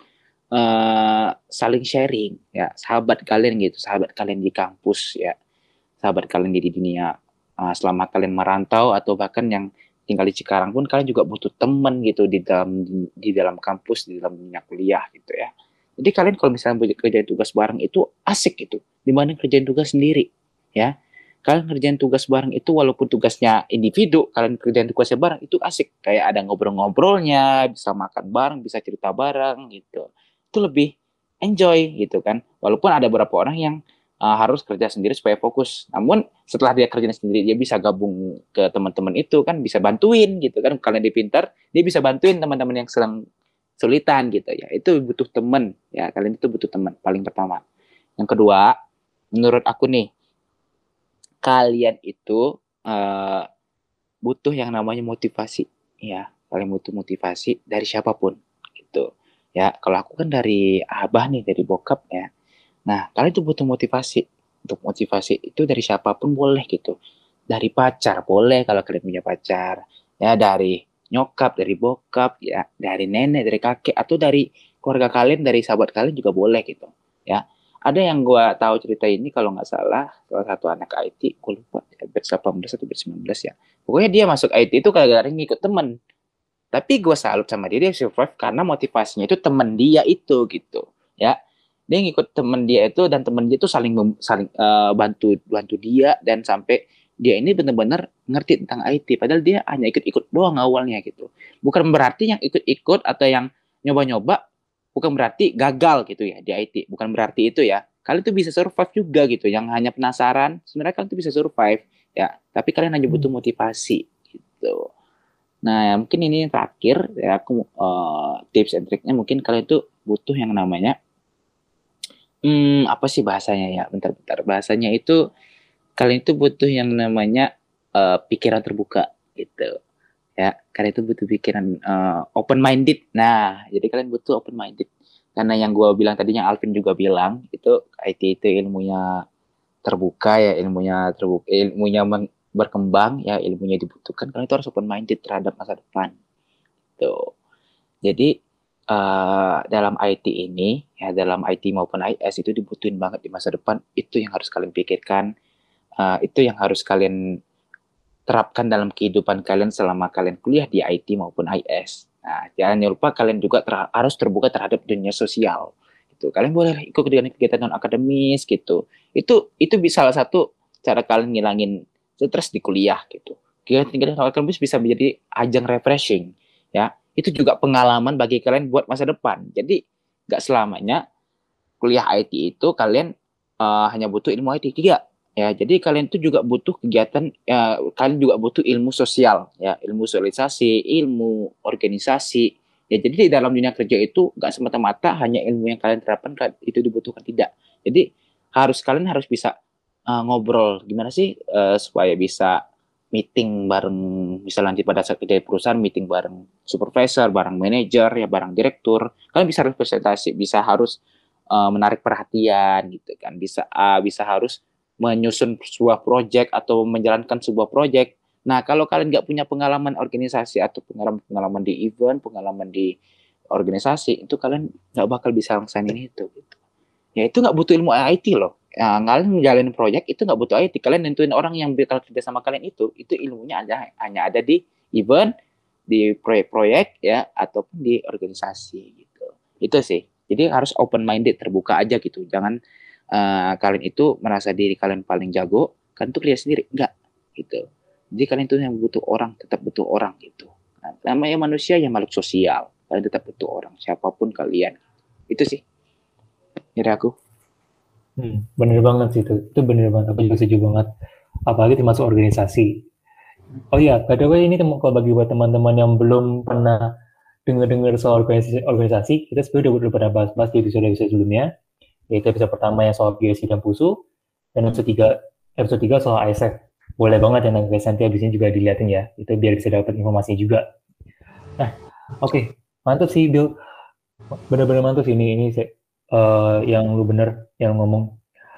uh, saling sharing ya, sahabat kalian gitu, sahabat kalian di kampus ya, sahabat kalian di dunia uh, selama kalian merantau, atau bahkan yang tinggal di Cikarang pun kalian juga butuh teman gitu di dalam di, di dalam kampus, di dalam dunia kuliah gitu ya. Jadi kalian kalau misalnya kerjain tugas bareng itu asik gitu, dibanding kerjain tugas sendiri ya. Kalian kerjain tugas bareng itu walaupun tugasnya individu, kalian kerjain tugasnya bareng itu asik, kayak ada ngobrol-ngobrolnya, bisa makan bareng, bisa cerita bareng gitu. Itu lebih enjoy gitu kan. Walaupun ada beberapa orang yang uh, harus kerja sendiri supaya fokus. Namun setelah dia kerja sendiri, dia bisa gabung ke teman-teman itu kan, bisa bantuin gitu kan. Kalian dia pintar, dia bisa bantuin teman-teman yang sedang kesulitan gitu ya. Itu butuh teman ya, kalian itu butuh teman paling pertama. Yang kedua, menurut aku nih, kalian itu uh, butuh yang namanya motivasi ya. Kalian butuh motivasi dari siapapun gitu ya. Kalau aku kan dari abah nih, dari bokap ya. Nah, kalian itu butuh motivasi. Untuk motivasi itu dari siapapun boleh gitu. Dari pacar boleh kalau kalian punya pacar. Ya dari nyokap, dari bokap, ya dari nenek, dari kakek, atau dari keluarga kalian, dari sahabat kalian juga boleh gitu. Ya, ada yang gua tahu cerita ini kalau nggak salah salah satu anak I T, gue lupa batch delapan belas atau batch sembilan belas ya. Pokoknya dia masuk I T itu gara-gara ngikut temen. Tapi gue salut sama dia, dia survive karena motivasinya itu temen dia itu gitu. Ya, dia ngikut temen dia itu dan temen dia itu saling mem- saling eh, bantu bantu dia dan sampai dia ini benar-benar ngerti tentang I T. Padahal dia hanya ikut-ikut doang awalnya gitu. Bukan berarti yang ikut-ikut atau yang nyoba-nyoba bukan berarti gagal gitu ya di I T. Bukan berarti itu ya. Kalian tuh bisa survive juga gitu. Yang hanya penasaran, sebenarnya kalian tuh bisa survive ya. Tapi kalian hanya butuh motivasi gitu. Nah, ya mungkin ini yang terakhir ya aku uh, tips and triknya mungkin kalian tuh butuh yang namanya hmm, apa sih bahasanya ya? Bentar-bentar. Bahasanya itu kalian itu butuh yang namanya uh, pikiran terbuka gitu. Ya, kalian itu butuh pikiran uh, open minded. Nah, jadi kalian butuh open minded. Karena yang gue bilang tadinya Alvin juga bilang itu I T itu ilmunya terbuka ya, ilmunya terbuka, ilmunya men- berkembang ya, ilmunya dibutuhkan. Kalian itu harus open minded terhadap masa depan. Tuh. Jadi uh, dalam I T ini ya, dalam I T maupun I S itu dibutuhin banget di masa depan. Itu yang harus kalian pikirkan. Uh, itu yang harus kalian terapkan dalam kehidupan kalian selama kalian kuliah di I T maupun I S. Nah, jangan lupa kalian juga ter- harus terbuka terhadap dunia sosial. Gitu. Kalian boleh ikut kegiatan non akademis gitu. Itu itu bisa salah satu cara kalian ngilangin stres di kuliah gitu. Kegiatan non akademis bisa menjadi ajang refreshing ya. Itu juga pengalaman bagi kalian buat masa depan. Jadi nggak selamanya kuliah I T itu kalian uh, hanya butuh ilmu I T. Tidak ya, jadi kalian itu juga butuh kegiatan ya, kalian juga butuh ilmu sosial ya, ilmu sosialisasi, ilmu organisasi ya. Jadi di dalam dunia kerja itu nggak semata-mata hanya ilmu yang kalian terapkan itu dibutuhkan, tidak. Jadi harus kalian harus bisa uh, ngobrol gimana sih uh, supaya bisa meeting bareng, misalnya pada saat kerja di perusahaan meeting bareng supervisor, bareng manajer ya, bareng direktur. Kalian bisa representasi, bisa harus uh, menarik perhatian gitu kan, bisa uh, bisa harus menyusun sebuah proyek atau menjalankan sebuah proyek. Nah, kalau kalian nggak punya pengalaman organisasi atau pengalaman-pengalaman di event, pengalaman di organisasi, itu kalian nggak bakal bisa laksanain itu. Gitu. Ya itu nggak butuh ilmu I T loh. Ya, kalian menjalani proyek itu nggak butuh I T. Kalian nentuin orang yang bakal kerja sama kalian itu, itu ilmunya ada, hanya ada di event, di proyek-proyek ya, ataupun di organisasi gitu. Itu sih. Jadi harus open minded, terbuka aja gitu. Jangan uh, kalian itu merasa diri kalian paling jago, kan tuh lihat sendiri, enggak gitu. Jadi kalian itu yang butuh orang, tetap butuh orang gitu. Nah, namanya manusia yang makhluk sosial, kalian tetap butuh orang, siapapun kalian. Itu sih dari aku. Hmm, bener banget sih itu. Itu bener banget. Aku juga setuju banget. Apalagi termasuk organisasi. Oh iya, by the way ini tem- kalau bagi buat teman-teman yang belum pernah dengar-dengar soal organisasi, organisasi, kita sebenarnya udah, udah pernah bahas-bahas di episode-episode sebelumnya. Yaitu episode pertama yang soal G S I dan PUSU, dan episode tiga, episode tiga soal I S F. Boleh banget ya nanti nanti habis ini juga dilihatin ya. Itu biar bisa dapat informasi juga. Nah, oke. Okay. Mantap sih, Bill. Bener-bener mantap sih ini. Ini uh, yang lu bener yang ngomong.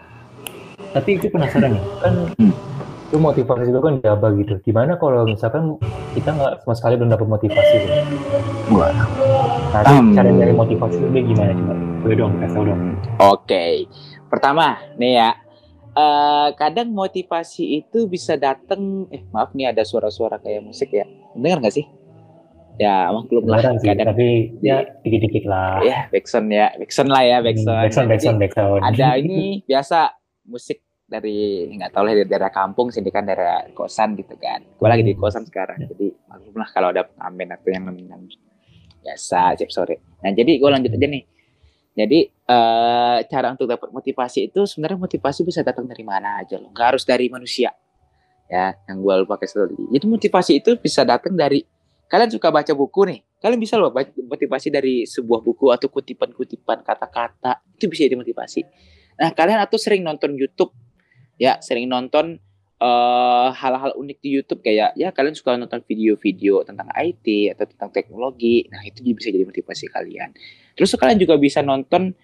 Tapi itu penasaran nih, kan itu motivasi itu kan diaba gitu. Gimana kalau misalkan kita nggak sama sekali belum dapat motivasi tuh? Wah. Nah, itu Um, cara nyari motivasi itu dia gimana coba? Boleh dong, kasih tau dong. Oke, okay. Pertama nih ya, uh, kadang motivasi itu bisa datang. Eh maaf nih ada suara-suara kayak musik ya, dengar nggak sih? Ya maklum lah, Beneran sih, kadang tapi di ya dikit-dikit lah. ya backsound ya, backsound lah ya, Hmm, backsound. Nah backsound, jadi backsound, backsound. ada ini biasa musik dari nggak tahu lah dari daerah kampung, sini kan daerah kosan gitu kan. Gue lagi di Hmm. kosan sekarang, jadi maklum lah kalau ada pengamen atau yang namanya biasa siap sore. Nah jadi gue lanjut aja nih. Jadi uh, cara untuk dapat motivasi itu sebenarnya motivasi bisa datang dari mana aja loh, nggak harus dari manusia ya. Yang gue lupa kasih tadi. Jadi motivasi itu bisa datang dari kalian suka baca buku nih, kalian bisa loh baca motivasi dari sebuah buku atau kutipan-kutipan kata-kata, itu bisa jadi motivasi. Nah kalian atau sering nonton YouTube ya, sering nonton uh, hal-hal unik di YouTube kayak ya kalian suka nonton video-video tentang I T atau tentang teknologi, nah itu bisa jadi motivasi kalian. Terus kalian juga bisa nonton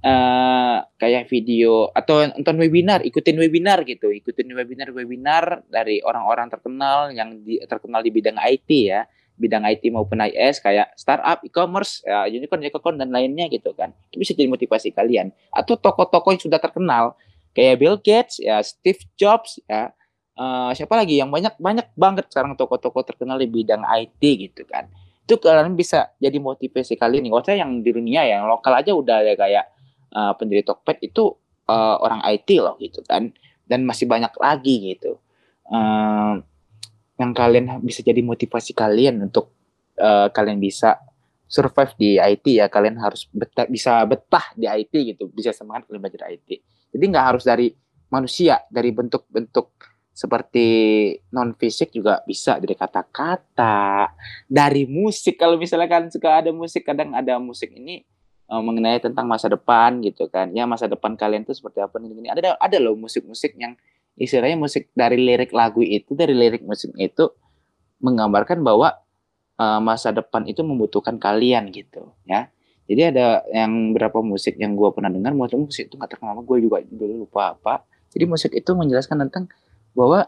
uh, kayak video atau nonton webinar, ikutin webinar gitu, ikutin webinar-webinar dari orang-orang terkenal yang di, terkenal di bidang I T ya, bidang I T maupun I S kayak startup, e-commerce, ya, unicorn, unicorn dan lainnya gitu kan. Itu bisa jadi motivasi kalian. Atau tokoh-tokoh yang sudah terkenal kayak Bill Gates, ya Steve Jobs, ya uh, siapa lagi yang banyak banyak banget sekarang tokoh-tokoh terkenal di bidang I T gitu kan. Itu kalian bisa jadi motivasi kalian nih. Maksudnya yang di dunia yang lokal aja udah ya kayak uh, pendiri Tokped itu uh, orang I T loh gitu kan, dan masih banyak lagi gitu uh, yang kalian bisa jadi motivasi kalian untuk uh, kalian bisa survive di I T ya. Kalian harus betah, bisa betah di I T gitu, bisa semangat kalian belajar I T. Jadi nggak harus dari manusia, dari bentuk-bentuk seperti non fisik juga bisa, dari kata-kata, dari musik. Kalau misalnya kan suka ada musik, kadang ada musik ini uh, mengenai tentang masa depan gitu kan. Ya masa depan kalian tuh seperti apa nih? Ada ada loh musik-musik yang istilahnya musik dari lirik lagu itu, dari lirik musik itu menggambarkan bahwa uh, masa depan itu membutuhkan kalian gitu ya. Jadi ada yang beberapa musik yang gue pernah dengar, musik itu nggak terkenal, gue juga dulu lupa apa. Jadi musik itu menjelaskan tentang bahwa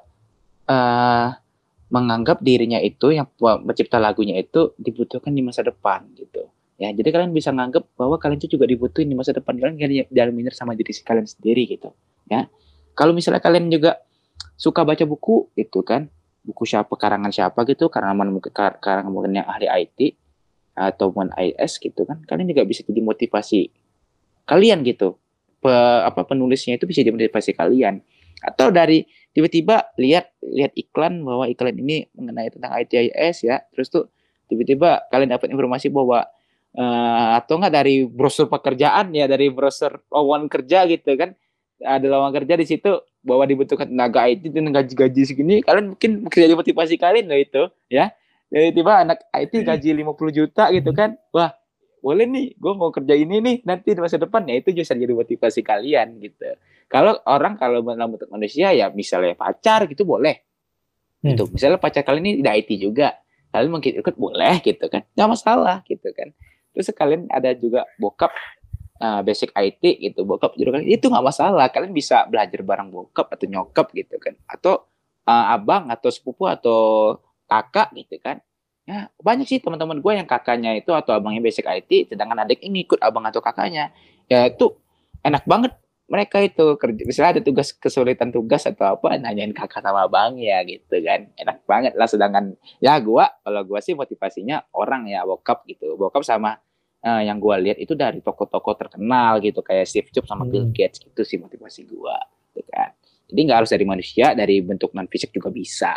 uh, menganggap dirinya itu yang mencipta lagunya itu dibutuhkan di masa depan gitu ya. Jadi kalian bisa menganggap bahwa kalian itu juga dibutuhin di masa depan, kalian jangan minder sama diri kalian sendiri gitu ya. Kalau misalnya kalian juga suka baca buku itu kan, buku siapa, karangan siapa gitu, karangan mungkin karangan mungkin yang ahli I T ataupun I S gitu kan, kalian juga bisa jadi motivasi kalian gitu. Pe, apa penulisnya itu bisa jadi motivasi kalian. Atau dari tiba-tiba lihat lihat iklan bahwa iklan ini mengenai tentang I T I S ya, terus tuh tiba-tiba kalian dapat informasi bahwa uh, atau enggak dari brosur pekerjaan ya, dari brosur lowongan kerja gitu kan, ada lowongan kerja di situ bahwa dibutuhkan tenaga I T dengan gaji-gaji segini, kalian mungkin bisa jadi motivasi kalian loh itu ya. Tiba-tiba anak I T gaji lima puluh juta gitu kan, wah boleh nih, gue mau kerja ini nih nanti di masa depan, ya itu bisa jadi motivasi kalian gitu. Kalau orang kalau dalam bentuk manusia ya misalnya pacar gitu boleh, hmm. gitu. Misalnya pacar kalian ini di I T juga, kalian mungkin ikut boleh gitu kan, nggak masalah gitu kan. Terus kalian ada juga bokap uh, basic I T gitu, bokap juga kalian itu nggak masalah, kalian bisa belajar bareng bokap atau nyokap gitu kan, atau uh, abang atau sepupu atau kakak gitu kan. Ya, banyak sih teman-teman gue yang kakaknya itu atau abangnya basic I T, sedangkan adik ini ikut abang atau kakaknya. Ya itu enak banget mereka itu kerja. Misalnya ada tugas, kesulitan tugas atau apa, nanyain kakak sama abangnya gitu kan. Enak banget lah. Sedangkan ya gue, kalau gue sih motivasinya orang ya, bokap gitu. Bokap sama uh, yang gue lihat itu dari tokoh-tokoh terkenal gitu, kayak Steve Jobs sama hmm. Bill Gates gitu sih motivasi gue gitu kan. Jadi nggak harus dari manusia, dari bentuk non fisik juga bisa.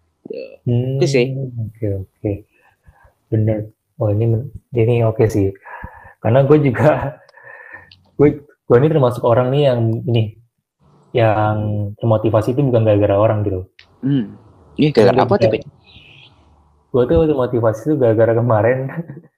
Hmm, itu sih. Oke oke, bener. Oh ini ini oke sih. Karena gue juga gue gue ini termasuk orang nih yang ini yang termotivasi itu bukan gara-gara orang gitu. Hmm. Ini gara-gara apa tuh? Gue tuh termotivasi itu gara-gara kemarin.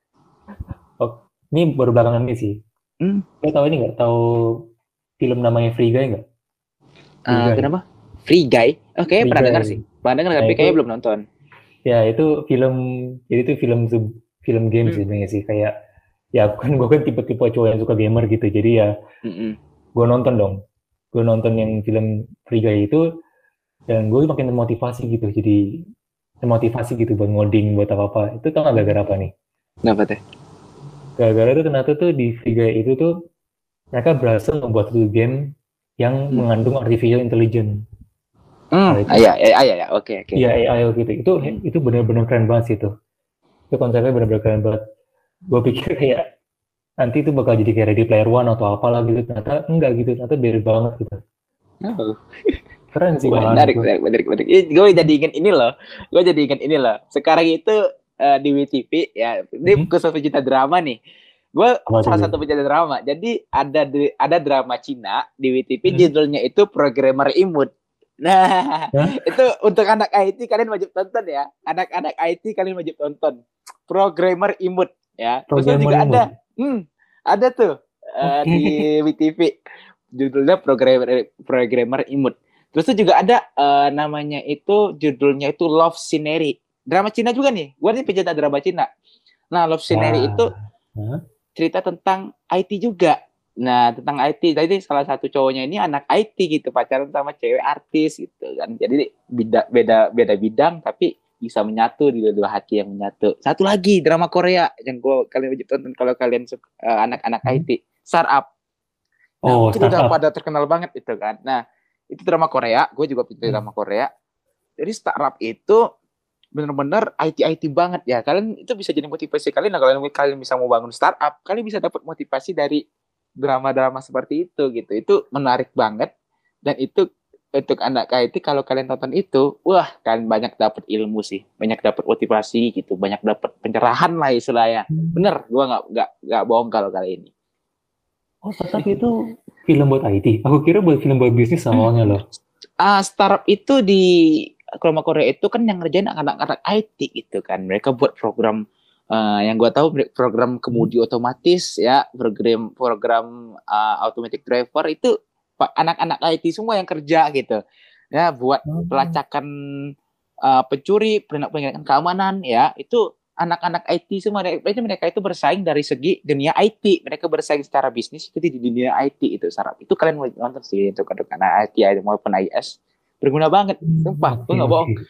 Oh, ini baru belakangan ini sih. Hmm. Lo tahu ini nggak? Tahu film namanya Free Guy nggak? Uh, kenapa? Free Guy? Oke, okay, pernah dengar sih. Pernah dengar, tapi nah, kayaknya belum nonton. Ya, itu film, jadi itu film film game hmm. sebenarnya sih. Kayak, ya kan gue kan tipe-tipe cowok yang suka gamer gitu. Jadi ya, mm-hmm. gue nonton dong. Gue nonton yang film Free Guy itu, dan gue makin termotivasi gitu. Jadi, termotivasi gitu buat ngoding, buat apa-apa. Itu tau gak gara-gara apa nih? Kenapa teh? Gara-gara itu ternyata tuh di Free Guy itu tuh, mereka berhasil membuat satu game yang hmm. mengandung artificial intelligence. Hmm, nah, iya, iya, iya, oke, oke. Iya, A I gitu. Itu hmm. itu benar-benar keren banget sih itu. Itu konsepnya benar-benar keren banget. Gue pikir kayak nanti itu bakal jadi kayak Ready Player One atau apalah gitu. Ternyata enggak gitu. Ternyata beda banget gitu. Oh. Keren sih. Menarik, menarik, menarik, menarik. Gue jadi ingat ini loh. Gue jadi ingat ini loh. Sekarang itu uh, di W T V ya. Ini hmm. khusus pecinta drama nih. Gue salah satu pecinta drama. Jadi ada ada drama Cina di W T V, hmm. judulnya itu Programmer Imut. Nah, huh? Itu untuk anak I T kalian wajib tonton ya. Anak-anak I T kalian wajib tonton. Programmer Imut ya. Terus juga imut. ada, hmm, ada tuh uh, okay. di W T V judulnya Programmer Programmer Imut. Terus tuh juga ada uh, namanya itu judulnya itu Love Scenery. Drama Cina juga nih. Gue nih pecinta drama Cina. Nah, Love Scenery wow. itu huh? cerita tentang I T juga. Nah, tentang I T, jadi salah satu cowoknya ini anak I T gitu, pacaran sama cewek artis gitu kan. Jadi beda beda beda bidang tapi bisa menyatu di dua hati yang menyatu. Satu lagi drama Korea yang gua kalian wajib tonton kalau kalian suka, uh, anak-anak I T, Startup. Nah, Oh, mungkin udah startup. pada terkenal banget itu kan. Nah, itu drama Korea, gue juga pintu drama Hmm. Korea. Jadi Startup itu bener-bener I T I T banget ya. Kalian itu bisa jadi motivasi kalian. Nah, kalau kalian bisa mau bangun startup, kalian bisa dapat motivasi dari drama-drama seperti itu gitu. Itu menarik banget dan itu untuk anak I T kalau kalian tonton itu, wah kalian banyak dapat ilmu sih, banyak dapat motivasi gitu, banyak dapat pencerahan lah istilahnya. Bener, gue nggak nggak nggak bohong kalau kali ini. Oh, startup itu film buat I T. Aku kira buat film buat bisnis awalnya loh. Ah, startup itu di drama Korea itu kan yang ngerjain anak-anak I T gitu kan. Mereka buat program uh, yang gue tahu program kemudi otomatis ya, program program uh, automatic driver itu anak-anak I T semua yang kerja gitu. Ya, buat pelacakan uh, pencuri, penindakan keamanan ya, itu anak-anak I T semua. Mereka mereka itu bersaing dari segi dunia I T. Mereka bersaing secara bisnis itu di dunia I T itu sarap. Itu kalian mau nonton sih untuk anak I T maupun I S. Berguna banget, sumpah, gue nggak bohong.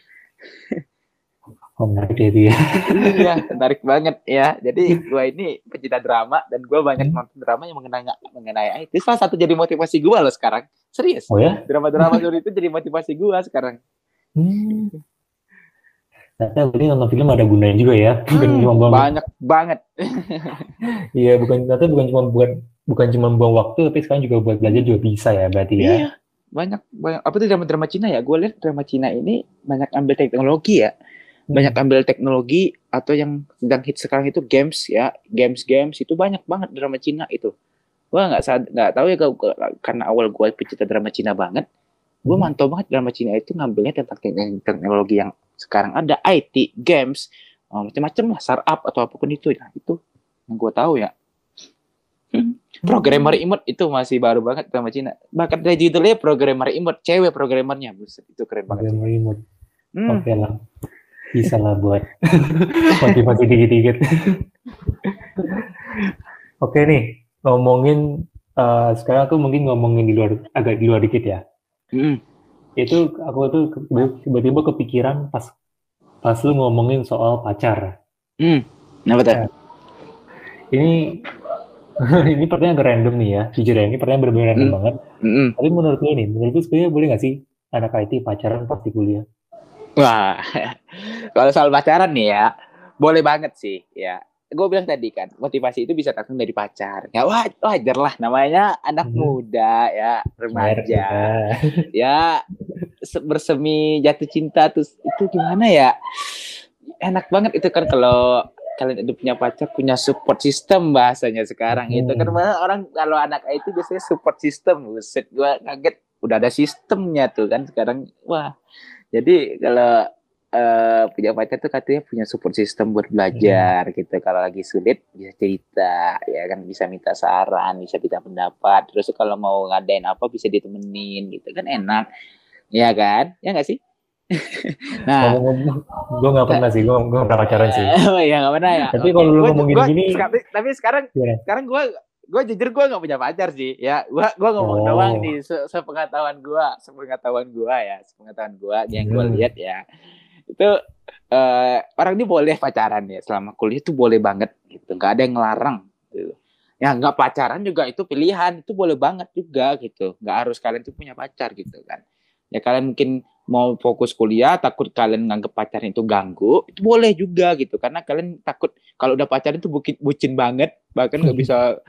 Oh, menarik itu ya. Iya, menarik banget ya. Jadi gue ini pencinta drama dan gue banyak nonton drama yang mengenai mengenai I T. Salah satu jadi motivasi gue loh sekarang. Serius. Oh ya? Drama-drama itu jadi motivasi gue sekarang. Hmm. Ternyata berarti nonton film ada gunanya juga ya. Bukan Hmm, cuma buang banyak banget. Iya, bukan ternyata bukan cuma buat bukan cuma buang waktu, tapi sekarang juga buat belajar juga bisa ya berarti ya. Iya, banyak banyak apa tuh drama-drama Cina ya? Gue lihat drama Cina ini banyak ambil teknologi ya. Banyak Hmm. ambil teknologi atau yang sedang hit sekarang itu games ya, games-games itu banyak banget drama Cina itu. Gue nggak nggak tahu ya gua, karena awal gue pecinta drama Cina banget, gue Hmm. mantau banget drama Cina itu ngambilnya tentang teknologi yang sekarang ada, I T, games, oh, macam-macam lah, startup atau apapun itu. Nah, itu yang gue tahu ya. Hmm. Programmer imut itu masih baru banget drama Cina. Bahkan dari judulnya programmer imut, cewek programmernya, buset, itu keren banget. Programmer imut. Hmm. Oke lah, bisa lah buat motivasi dikit-dikit. Oke nih, ngomongin uh, sekarang aku mungkin ngomongin di luar agak di luar dikit ya. Hmm. Itu aku tuh tiba-tiba kepikiran pas pas lu ngomongin soal pacar. Hmm. Nah, betul. Nah, ini ini pertanyaan agak random nih ya, jujur ya, ini pertanyaan benar-benar random Hmm. banget. Hmm. Tapi menurut lu nih, menurut lu sebenarnya boleh nggak sih anak I T pacaran pas di kuliah? Wah, kalau soal pacaran nih ya, boleh banget sih ya. Gue bilang tadi kan, motivasi itu bisa datang dari pacar. Ya wajar lah, namanya anak Hmm. muda ya, remaja. Ya, Ya, bersemi jatuh cinta terus itu gimana ya? Enak banget itu kan kalau kalian itu punya pacar, punya support system bahasanya sekarang. Hmm. Itu kan orang kalau anak itu biasanya support system. Buset, gue kaget udah ada sistemnya tuh kan sekarang. Wah. Jadi kalau uh, punya pacar tuh katanya punya support system buat belajar hmm. gitu. Kalau lagi sulit bisa cerita, ya kan, bisa minta saran, bisa minta pendapat. Terus kalau mau ngadain apa bisa ditemenin gitu kan, enak. Ya kan? Ya nggak sih? Nah, ngomong-ngomong, gue nggak pernah sih, gue nggak pernah pacaran sih. Oh iya nggak pernah ya. Tapi okay. Kalau lu ngomong gini-gini, tapi, tapi sekarang, yeah. sekarang gue gue jujur gue nggak punya pacar sih ya. Gue gue ngomong oh. doang nih se sepengetahuan gue sepengetahuan gue ya sepengetahuan gue yang gue hmm. lihat ya itu uh, orang ini boleh pacaran ya selama kuliah itu boleh banget gitu, nggak ada yang ngelarang gitu. Ya nggak pacaran juga itu pilihan, itu boleh banget juga gitu, nggak harus kalian tuh punya pacar gitu kan ya. Kalian mungkin mau fokus kuliah, takut kalian nganggep pacaran itu ganggu, itu boleh juga gitu. Karena kalian takut kalau udah pacaran itu bucin, bucin banget, bahkan nggak bisa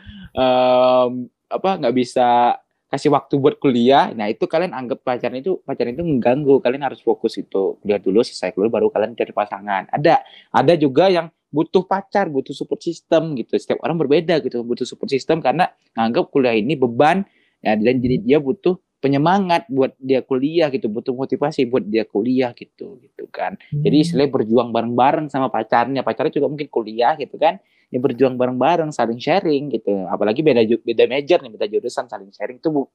um, apa nggak bisa kasih waktu buat kuliah. Nah itu kalian anggap pacaran itu pacaran itu mengganggu. Kalian harus fokus itu kuliah dulu, selesai kuliah baru kalian cari pasangan. Ada ada juga yang butuh pacar, butuh support system gitu. Setiap orang berbeda gitu, butuh support system karena nganggap kuliah ini beban ya, dan jadi dia butuh penyemangat buat dia kuliah gitu, butuh motivasi buat dia kuliah gitu gitu kan. Hmm. Jadi istilahnya berjuang bareng-bareng sama pacarnya. Pacarnya juga mungkin kuliah gitu kan. Ya berjuang bareng-bareng, saling sharing gitu. Apalagi beda beda major nih, beda jurusan, saling sharing itu bu,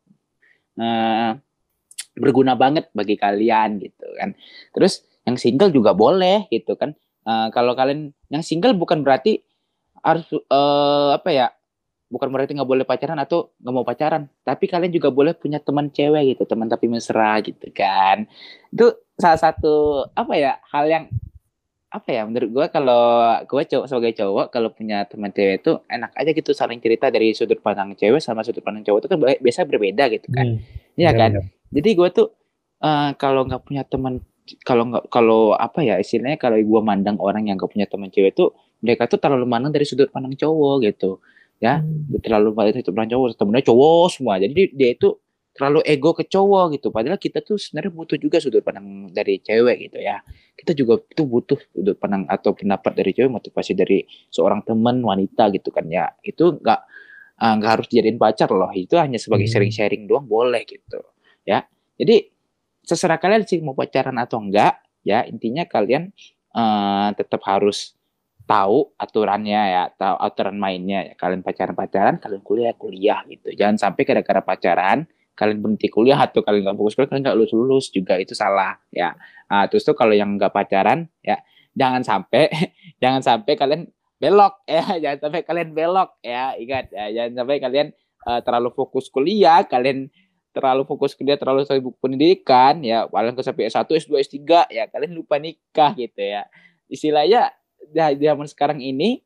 uh, berguna banget bagi kalian gitu kan. Terus yang single juga boleh gitu kan. Uh, kalau kalian yang single bukan berarti harus uh, apa ya? bukan berarti nggak boleh pacaran atau nggak mau pacaran, tapi kalian juga boleh punya teman cewek gitu, teman tapi mesra gitu kan. Itu salah satu apa ya hal yang apa ya menurut gue, kalau gue cowok sebagai cowok kalau punya teman cewek itu enak aja gitu, saling cerita dari sudut pandang cewek sama sudut pandang cowok itu kan biasa berbeda gitu kan. Hmm, Iya kan? benar-benar. Jadi gue tuh uh, kalau nggak punya teman, kalau nggak kalau apa ya istilahnya, kalau gue mandang orang yang nggak punya teman cewek tuh, mereka tuh terlalu mandang dari sudut pandang cowok gitu ya, Hmm. terlalu mandang dari sudut pandang cowok, temennya cowok semua, jadi dia itu terlalu ego ke cowok gitu, padahal kita tuh sebenarnya butuh juga sudut pandang dari cewek gitu ya. Kita juga tuh butuh sudut pandang atau pendapat dari cewek, motivasi dari seorang teman wanita gitu kan ya. Itu nggak uh, nggak harus dijadiin pacar loh, itu hanya sebagai Hmm. sharing-sharing doang boleh gitu ya. Jadi terserah kalian sih mau pacaran atau enggak ya, intinya kalian uh, tetap harus tahu aturannya ya, tahu aturan mainnya ya. Kalian pacaran-pacaran, kalian kuliah-kuliah gitu. Jangan sampai gara-gara pacaran kalian berhenti kuliah atau kalian nggak fokus kuliah, kalian nggak lulus-lulus juga, itu salah ya. Nah, terus tuh kalau yang nggak pacaran ya, jangan sampai jangan sampai kalian belok ya, jangan sampai kalian belok ya, ingat ya, jangan sampai kalian uh, terlalu fokus kuliah, kalian terlalu fokus kuliah, terlalu sibuk pendidikan ya, kalian ke sampai S satu, S dua, S tiga ya, kalian lupa nikah gitu ya. Istilahnya di zaman sekarang ini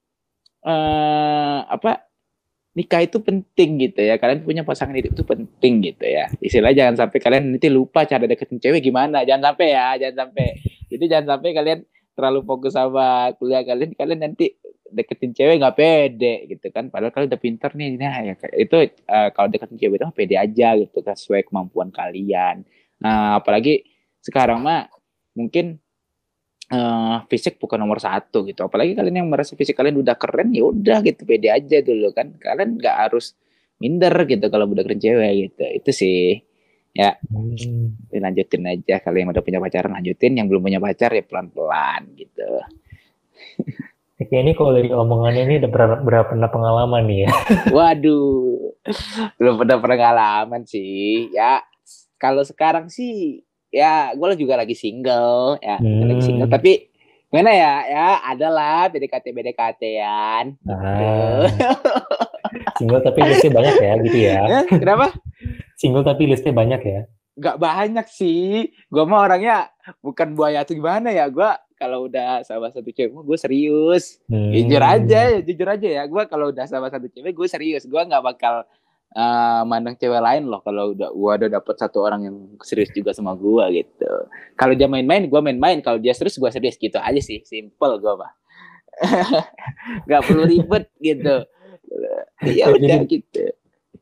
eh, apa nikah itu penting gitu ya, kalian punya pasangan hidup itu penting gitu ya. Istilahnya jangan sampai kalian nanti lupa cara deketin cewek gimana, jangan sampai ya, jangan sampai. Jadi jangan sampai kalian terlalu fokus sama kuliah kalian, kalian nanti deketin cewek nggak pede gitu kan, padahal kalian udah pinter nih. Nah ya itu uh, kalau deketin cewek itu pede aja gitu kan, sesuai kemampuan kalian. Nah apalagi sekarang mah mungkin Uh, fisik bukan nomor satu gitu, apalagi kalian yang merasa fisik kalian udah keren, ya udah gitu, pede aja dulu kan, kalian nggak harus minder gitu kalau udah keren cewek gitu. Itu sih ya. Hmm. Lanjutin aja, kalau yang udah punya pacaran lanjutin, yang belum punya pacar ya pelan-pelan gitu. Oke, ini kalau dari omongannya ini udah berapa, berapa pernah pengalaman nih ya? Waduh, belum pernah pengalaman sih ya. Kalau sekarang sih ya gue juga lagi single ya, hmm. lagi single, tapi gimana ya, ya adalah B D K T B D K T-an gitu. Ah, single tapi listnya banyak ya gitu ya. Kenapa? Single tapi listnya banyak ya? Gak banyak sih, gue mah orangnya bukan buaya atau gimana ya, gue kalau udah sama satu cewek gue serius, hmm. jujur aja jujur aja ya, gue kalau udah sama satu cewek gue serius, gue nggak bakal Uh, mandang cewek lain loh kalau udah gua udah dapet satu orang yang serius juga sama gua gitu. Kalau dia main-main, gua main-main. Kalau dia serius, gua serius gitu aja sih. Simple gua mah. Gak perlu ribet gitu. Ya udah gitu.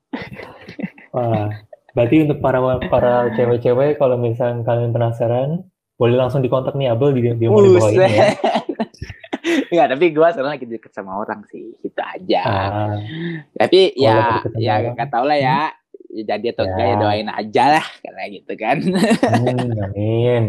Wah, berarti untuk para para cewek-cewek kalau misalnya kalian penasaran, boleh langsung dikontak nih Abel di dia mau dibawa ini ya. Enggak, tapi gue sekarang lagi deket sama orang sih, gitu aja. Ah. Tapi oh, ya, ya nggak tahu lah ya, hmm? Jadi atau enggak ya. ya doain aja lah, kayak gitu kan. Hmm, amin.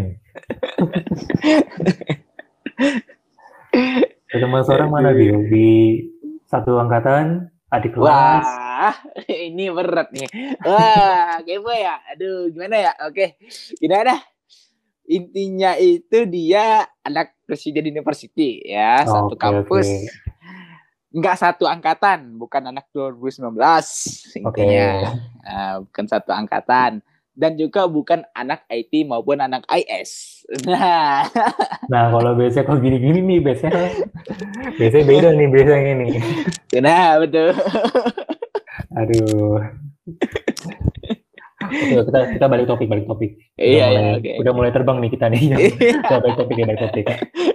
Teman seorang mana Bil? Di satu angkatan, adik kelas. Wah, ini berat nih. Wah, kepo ya. Aduh, gimana ya? Oke, gimana dah? Intinya itu dia anak presiden university ya, oh, satu okay, kampus, okay. Nggak satu angkatan, bukan anak dua ribu sembilan belas intinya, okay. uh, bukan satu angkatan, dan juga bukan anak I T maupun anak I S. Nah, nah kalau biasanya kok gini-gini nih biasanya, biasanya beda nih biasanya nih. Nah betul. Aduh. Oke, kita kita balik topik, balik topik. Udah iya, mulai, iya, okay, udah okay. mulai terbang nih kita nih. Kita balik topik ya, balik topik.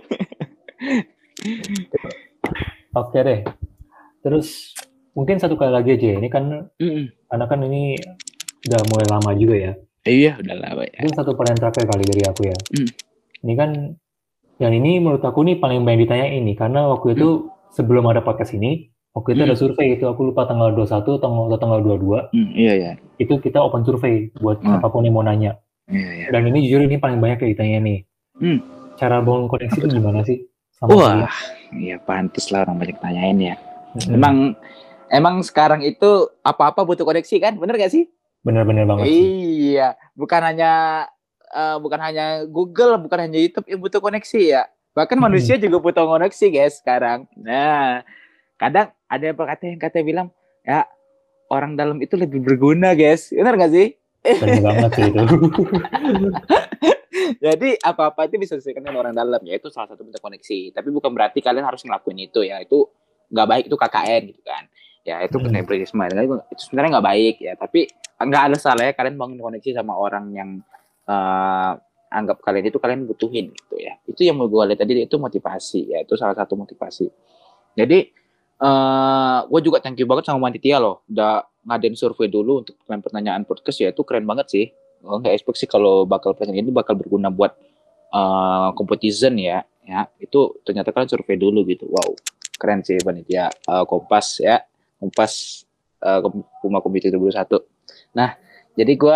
Oke deh. Terus mungkin satu kali lagi aja. Ini kan, mm. karena kan ini udah mulai lama juga ya. Iya, udah lama ya. Mungkin satu pertanyaan terakhir kali dari aku ya. Mm. Ini kan, yang ini menurut aku nih paling banyak ditanya ini. Karena waktu itu mm. sebelum ada podcast ini, waktu itu mm. ada survei itu, aku lupa tanggal dua puluh satu atau tanggal dua puluh dua. Mm, iya, iya. Itu kita open survei buat mm. apapun yang mau nanya. Iya, iya. Dan ini jujur ini paling banyak yang ditanya nih. Mm. Cara bangun koneksi itu gimana sih? Sama Wah, iya pantas lah orang banyak tanyain ya. Mm. Emang emang sekarang itu apa-apa butuh koneksi kan? Bener gak sih? Bener-bener banget sih. Iya, bukan hanya uh, bukan hanya Google, bukan hanya YouTube yang butuh koneksi ya. Bahkan mm. manusia juga butuh koneksi guys sekarang. Nah, kadang ada yang berkata yang kata bilang, ya orang dalam itu lebih berguna, guys. Benar nggak sih? Benar banget sih itu. Jadi apa-apa itu bisa diselesaikan dengan orang dalam, ya itu salah satu bentuk koneksi. Tapi bukan berarti kalian harus ngelakuin itu ya. Itu nggak baik, itu K K N gitu kan. Ya itu Hmm. nepotisme. Itu sebenarnya nggak baik ya. Tapi nggak ada salahnya kalian bangun koneksi sama orang yang uh, anggap kalian itu kalian butuhin gitu ya. Itu yang mau gue lihat tadi, itu motivasi ya. Itu salah satu motivasi. Jadi uh, gue juga thank you banget sama Manitia loh. Udah ngadain survei dulu untuk pertanyaan podcast ya. Itu keren banget sih. Oh, nggak expect sih kalau bakal pertanyaan ini bakal berguna buat uh, competition ya. Ya itu ternyata kalian survei dulu gitu. Wow, keren sih Panitia uh, Kompas ya. Kompas uh, Puma Komite dua puluh satu. Nah, jadi gue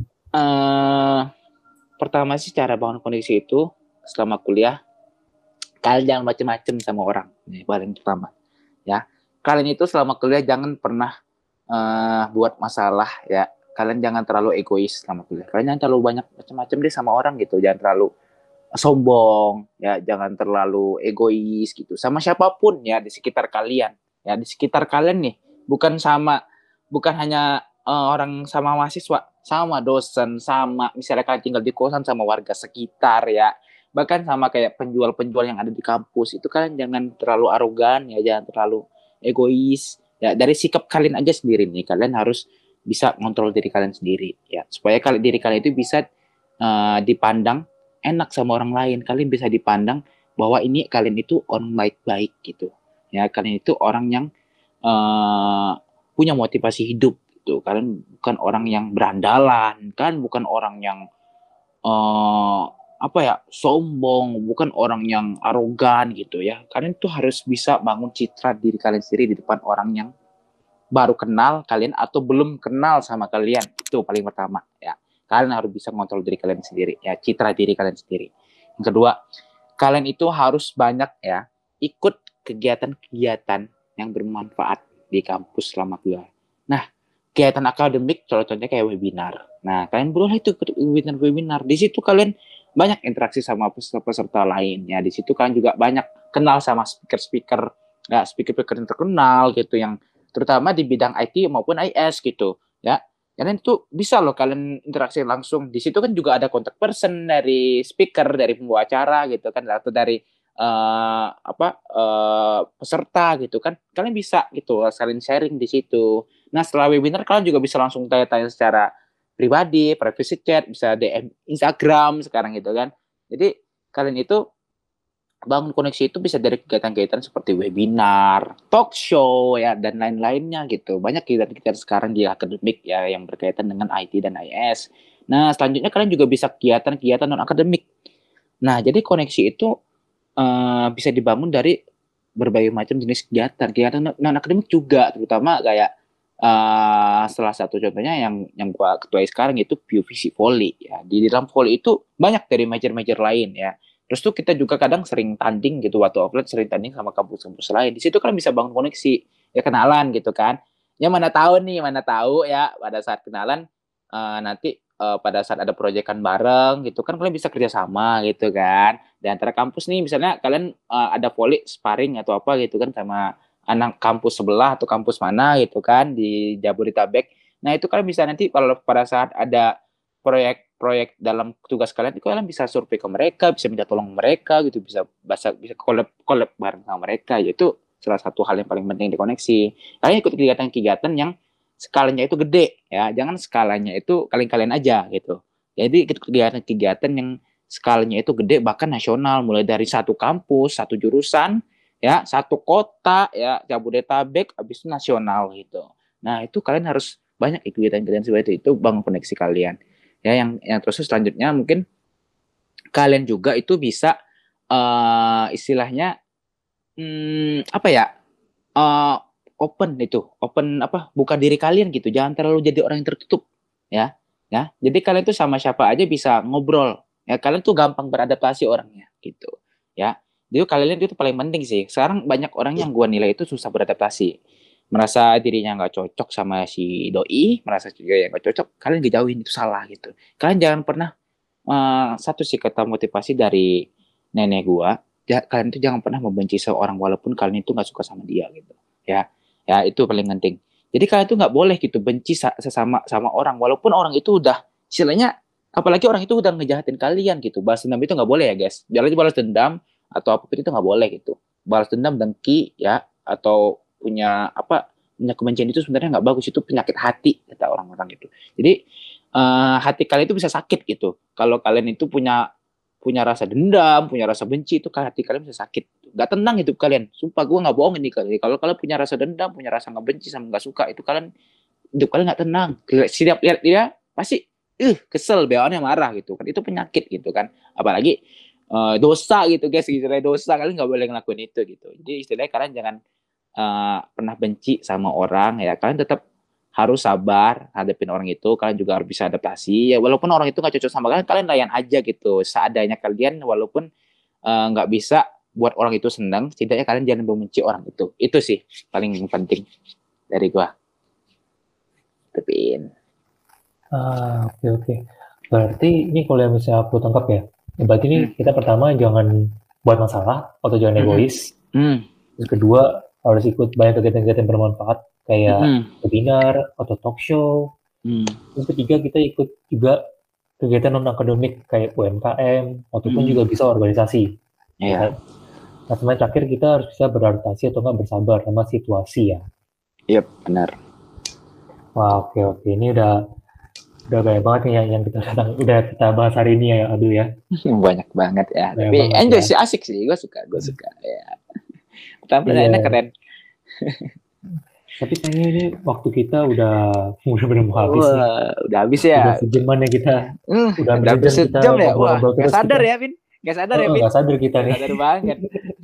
uh, pertama sih cara bangun koneksi itu selama kuliah, kalian jangan macem-macem sama orang. Ini paling pertama. Ya, kalian itu selama kuliah jangan pernah uh, buat masalah ya. Kalian jangan terlalu egois selama kuliah. Kalian jangan terlalu banyak macam-macam deh sama orang gitu. Jangan terlalu sombong ya, jangan terlalu egois gitu. Sama siapapun ya di sekitar kalian. Ya di sekitar kalian nih, bukan sama bukan hanya uh, orang sama mahasiswa, sama dosen, sama misalnya kalian tinggal di kosan sama warga sekitar ya. Bahkan sama kayak penjual-penjual yang ada di kampus. Itu kalian jangan terlalu arogan ya, jangan terlalu egois. Ya dari sikap kalian aja sendiri nih, kalian harus bisa ngontrol diri kalian sendiri ya, supaya kali diri kalian itu bisa uh, dipandang enak sama orang lain. Kalian bisa dipandang bahwa ini kalian itu orang baik-baik gitu ya, kalian itu orang yang uh, punya motivasi hidup gitu. Kalian bukan orang yang berandalan kan, bukan orang yang uh, apa ya, sombong, bukan orang yang arogan gitu ya. Kalian tuh harus bisa bangun citra diri kalian sendiri di depan orang yang baru kenal kalian atau belum kenal sama kalian. Itu paling pertama ya. Kalian harus bisa ngontrol diri kalian sendiri ya, citra diri kalian sendiri. Yang kedua, kalian itu harus banyak ya ikut kegiatan-kegiatan yang bermanfaat di kampus selama kuliah. Nah, kegiatan akademik contohnya kayak webinar. Nah, kalian boleh itu ikut webinar-webinar. Di situ kalian banyak interaksi sama peserta lain ya. Di situ kalian juga banyak kenal sama speaker-speaker ya, speaker-speaker yang terkenal gitu, yang terutama di bidang I T maupun I S gitu ya. Kalian itu bisa loh kalian interaksi langsung. Di situ kan juga ada contact person dari speaker, dari pembawa acara gitu kan, atau dari uh, apa uh, peserta gitu kan. Kalian bisa gitu saling sharing di situ. Nah, setelah webinar kalian juga bisa langsung tanya-tanya secara pribadi, privacy chat, bisa D M Instagram sekarang gitu kan. Jadi kalian itu bangun koneksi itu bisa dari kegiatan-kegiatan seperti webinar, talk show ya, dan lain-lainnya gitu. Banyak kegiatan-kegiatan sekarang di akademik ya yang berkaitan dengan I T dan I S. Nah, selanjutnya kalian juga bisa kegiatan-kegiatan non akademik. Nah, jadi koneksi itu uh, bisa dibangun dari berbagai macam jenis kegiatan. Kegiatan non akademik juga, terutama kayak uh, salah satu contohnya yang yang gua ketuai sekarang itu P U V C volley ya. Di dalam volley itu banyak dari major-major lain ya. Terus tuh kita juga kadang sering tanding gitu, waktu offline sering tanding sama kampus-kampus lain. Di situ kan bisa bangun koneksi, ya kenalan gitu kan. Ya mana tahu nih, mana tahu ya pada saat kenalan uh, nanti uh, pada saat ada proyekan bareng gitu kan, kalian bisa kerjasama gitu kan. Di antara kampus nih misalnya kalian uh, ada volley sparring atau apa gitu kan sama anak kampus sebelah atau kampus mana gitu kan di Jabodetabek. Nah itu kalian bisa nanti kalau pada saat ada proyek proyek dalam tugas kalian itu kalian bisa survei ke mereka, bisa minta tolong mereka gitu, bisa bahasa bisa collab collab bareng sama mereka. Yaitu salah satu hal yang paling penting di koneksi. Kalian ikut kegiatan-kegiatan yang skalanya itu gede ya, jangan skalanya itu kalian-kalian aja gitu. Jadi ikut kegiatan-kegiatan yang skalanya itu gede, bahkan nasional, mulai dari satu kampus, satu jurusan ya, satu kota ya, Jabodetabek, habis itu nasional gitu. Nah, itu kalian harus banyak kegiatan-kegiatan seperti itu, bangun koneksi kalian. Ya, yang yang terus selanjutnya mungkin kalian juga itu bisa uh, istilahnya hmm, apa ya, uh, open itu open apa buka diri kalian gitu, jangan terlalu jadi orang yang tertutup ya. Ya jadi kalian tuh sama siapa aja bisa ngobrol ya, kalian tuh gampang beradaptasi orangnya gitu ya. Jadi kalian itu paling penting sih. Sekarang banyak orang yang gua nilai itu susah beradaptasi, merasa dirinya nggak cocok sama si doi, merasa juga yang nggak cocok, kalian dijauhin, itu salah gitu. Kalian jangan pernah uh, satu sih kata motivasi dari nenek gua, ya, kalian itu jangan pernah membenci seorang walaupun kalian itu nggak suka sama dia gitu ya. Ya itu paling penting. Jadi kalian tuh nggak boleh gitu benci sesama sama orang, walaupun orang itu udah istilahnya, apalagi orang itu udah ngejahatin kalian gitu. Balas dendam itu nggak boleh ya guys. Jangan balas dendam atau apapun itu nggak boleh gitu. Balas dendam, dengki ya, atau punya apa, punya kebencian itu sebenarnya nggak bagus, itu penyakit hati kata orang-orang itu. Jadi uh, hati kalian itu bisa sakit gitu. Kalau kalian itu punya punya rasa dendam, punya rasa benci, itu hati kalian bisa sakit. Gak tenang hidup kalian. Sumpah gue gak bohong ini kali. Kalau kalian punya rasa dendam, punya rasa gak benci sama gak suka, itu kalian hidup kalian gak tenang. Setiap lihat dia pasti uh, kesel, beawannya marah gitu kan. Itu penyakit gitu kan. Apalagi uh, dosa gitu guys. Istilahnya dosa, kalian gak boleh ngelakuin itu gitu. Jadi istilahnya kalian jangan uh, pernah benci sama orang ya. Kalian tetap harus sabar hadapin orang itu. Kalian juga harus bisa adaptasi ya, walaupun orang itu nggak cocok sama kalian, kalian layan aja gitu seadanya kalian, walaupun nggak uh, bisa buat orang itu senang, setidaknya kalian jangan membenci orang itu. Itu sih paling penting dari gua. Tepin. Ah, oke oke. Berarti ini kalau yang misalnya aku tangkap ya, ya berarti ini Hmm. kita pertama jangan buat masalah atau jangan Hmm. egois. Hmm. Yang kedua harus ikut banyak kegiatan-kegiatan bermanfaat kayak Hmm. webinar atau talk show. Hmm. Terus ketiga kita ikut juga kegiatan non akademik kayak U M K M ataupun Hmm. juga bisa organisasi. Iya. Ya. Nah, sama terakhir kita harus bisa beradaptasi atau nggak bersabar sama situasi ya. Iya, benar. Wah, oke oke. Ini udah udah banyak banget nih yang, yang kita udah kita bahas hari ini ya, Abdul ya. Banyak banget ya. Banyak Tapi banget enjoy ya. sih, asik sih. Gue suka, gue suka. Ya. Tampilannya Iya. keren. Tapi kayaknya ini waktu kita udah udah benar mau habis nih. Wah, udah habis ya. Udah sejaman ya kita. Hmm, Udah udah habis sejam kita sejam ya. Wah, ngobrol-ngobrol gak terus sadar kita. ya, Vin. Gak sadar Oh, ya, Vin. nggak sadar kita Gak nih. sadar banget.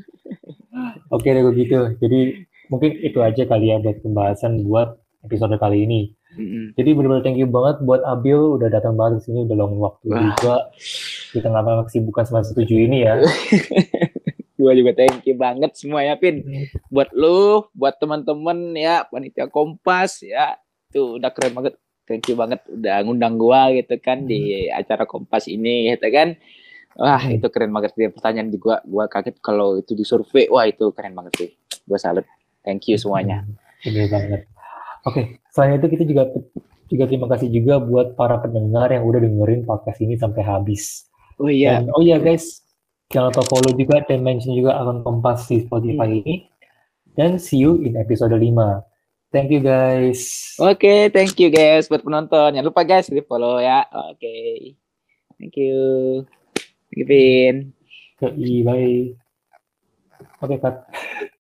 Oke deh begitu. Jadi mungkin itu aja kali ya buat pembahasan buat episode kali ini. Mm-mm. Jadi benar-benar thank you banget buat Abil udah datang banget ke sini, udah luangin waktu Wah. juga di tengah-tengah kesibukan semester tujuh ini ya. Gue juga thank you banget semua ya, Pin. Buat lu, buat teman-teman ya, panitia Kompas ya. Tuh udah keren banget. Thank you banget udah ngundang gua gitu kan di acara Kompas ini gitu kan. Wah, Hmm. itu keren banget sih pertanyaan di gua. Gua kaget kalau itu disurvei. Wah, itu keren banget sih. Gua salut. Thank you semuanya. Bener banget. Oke, selain itu kita juga juga terima kasih juga buat para pendengar yang udah dengerin podcast ini sampai habis. Oh iya. Dan oh iya guys, jangan lupa follow juga dan mention juga akun Kompas di Spotify Hmm. ini. Dan see you in episode lima. Thank you guys. Oke, okay, thank you guys buat penonton. Jangan lupa guys di follow ya. Oke. Okay. Thank you. Thank you, Vin. Bye. Oke, okay, cut.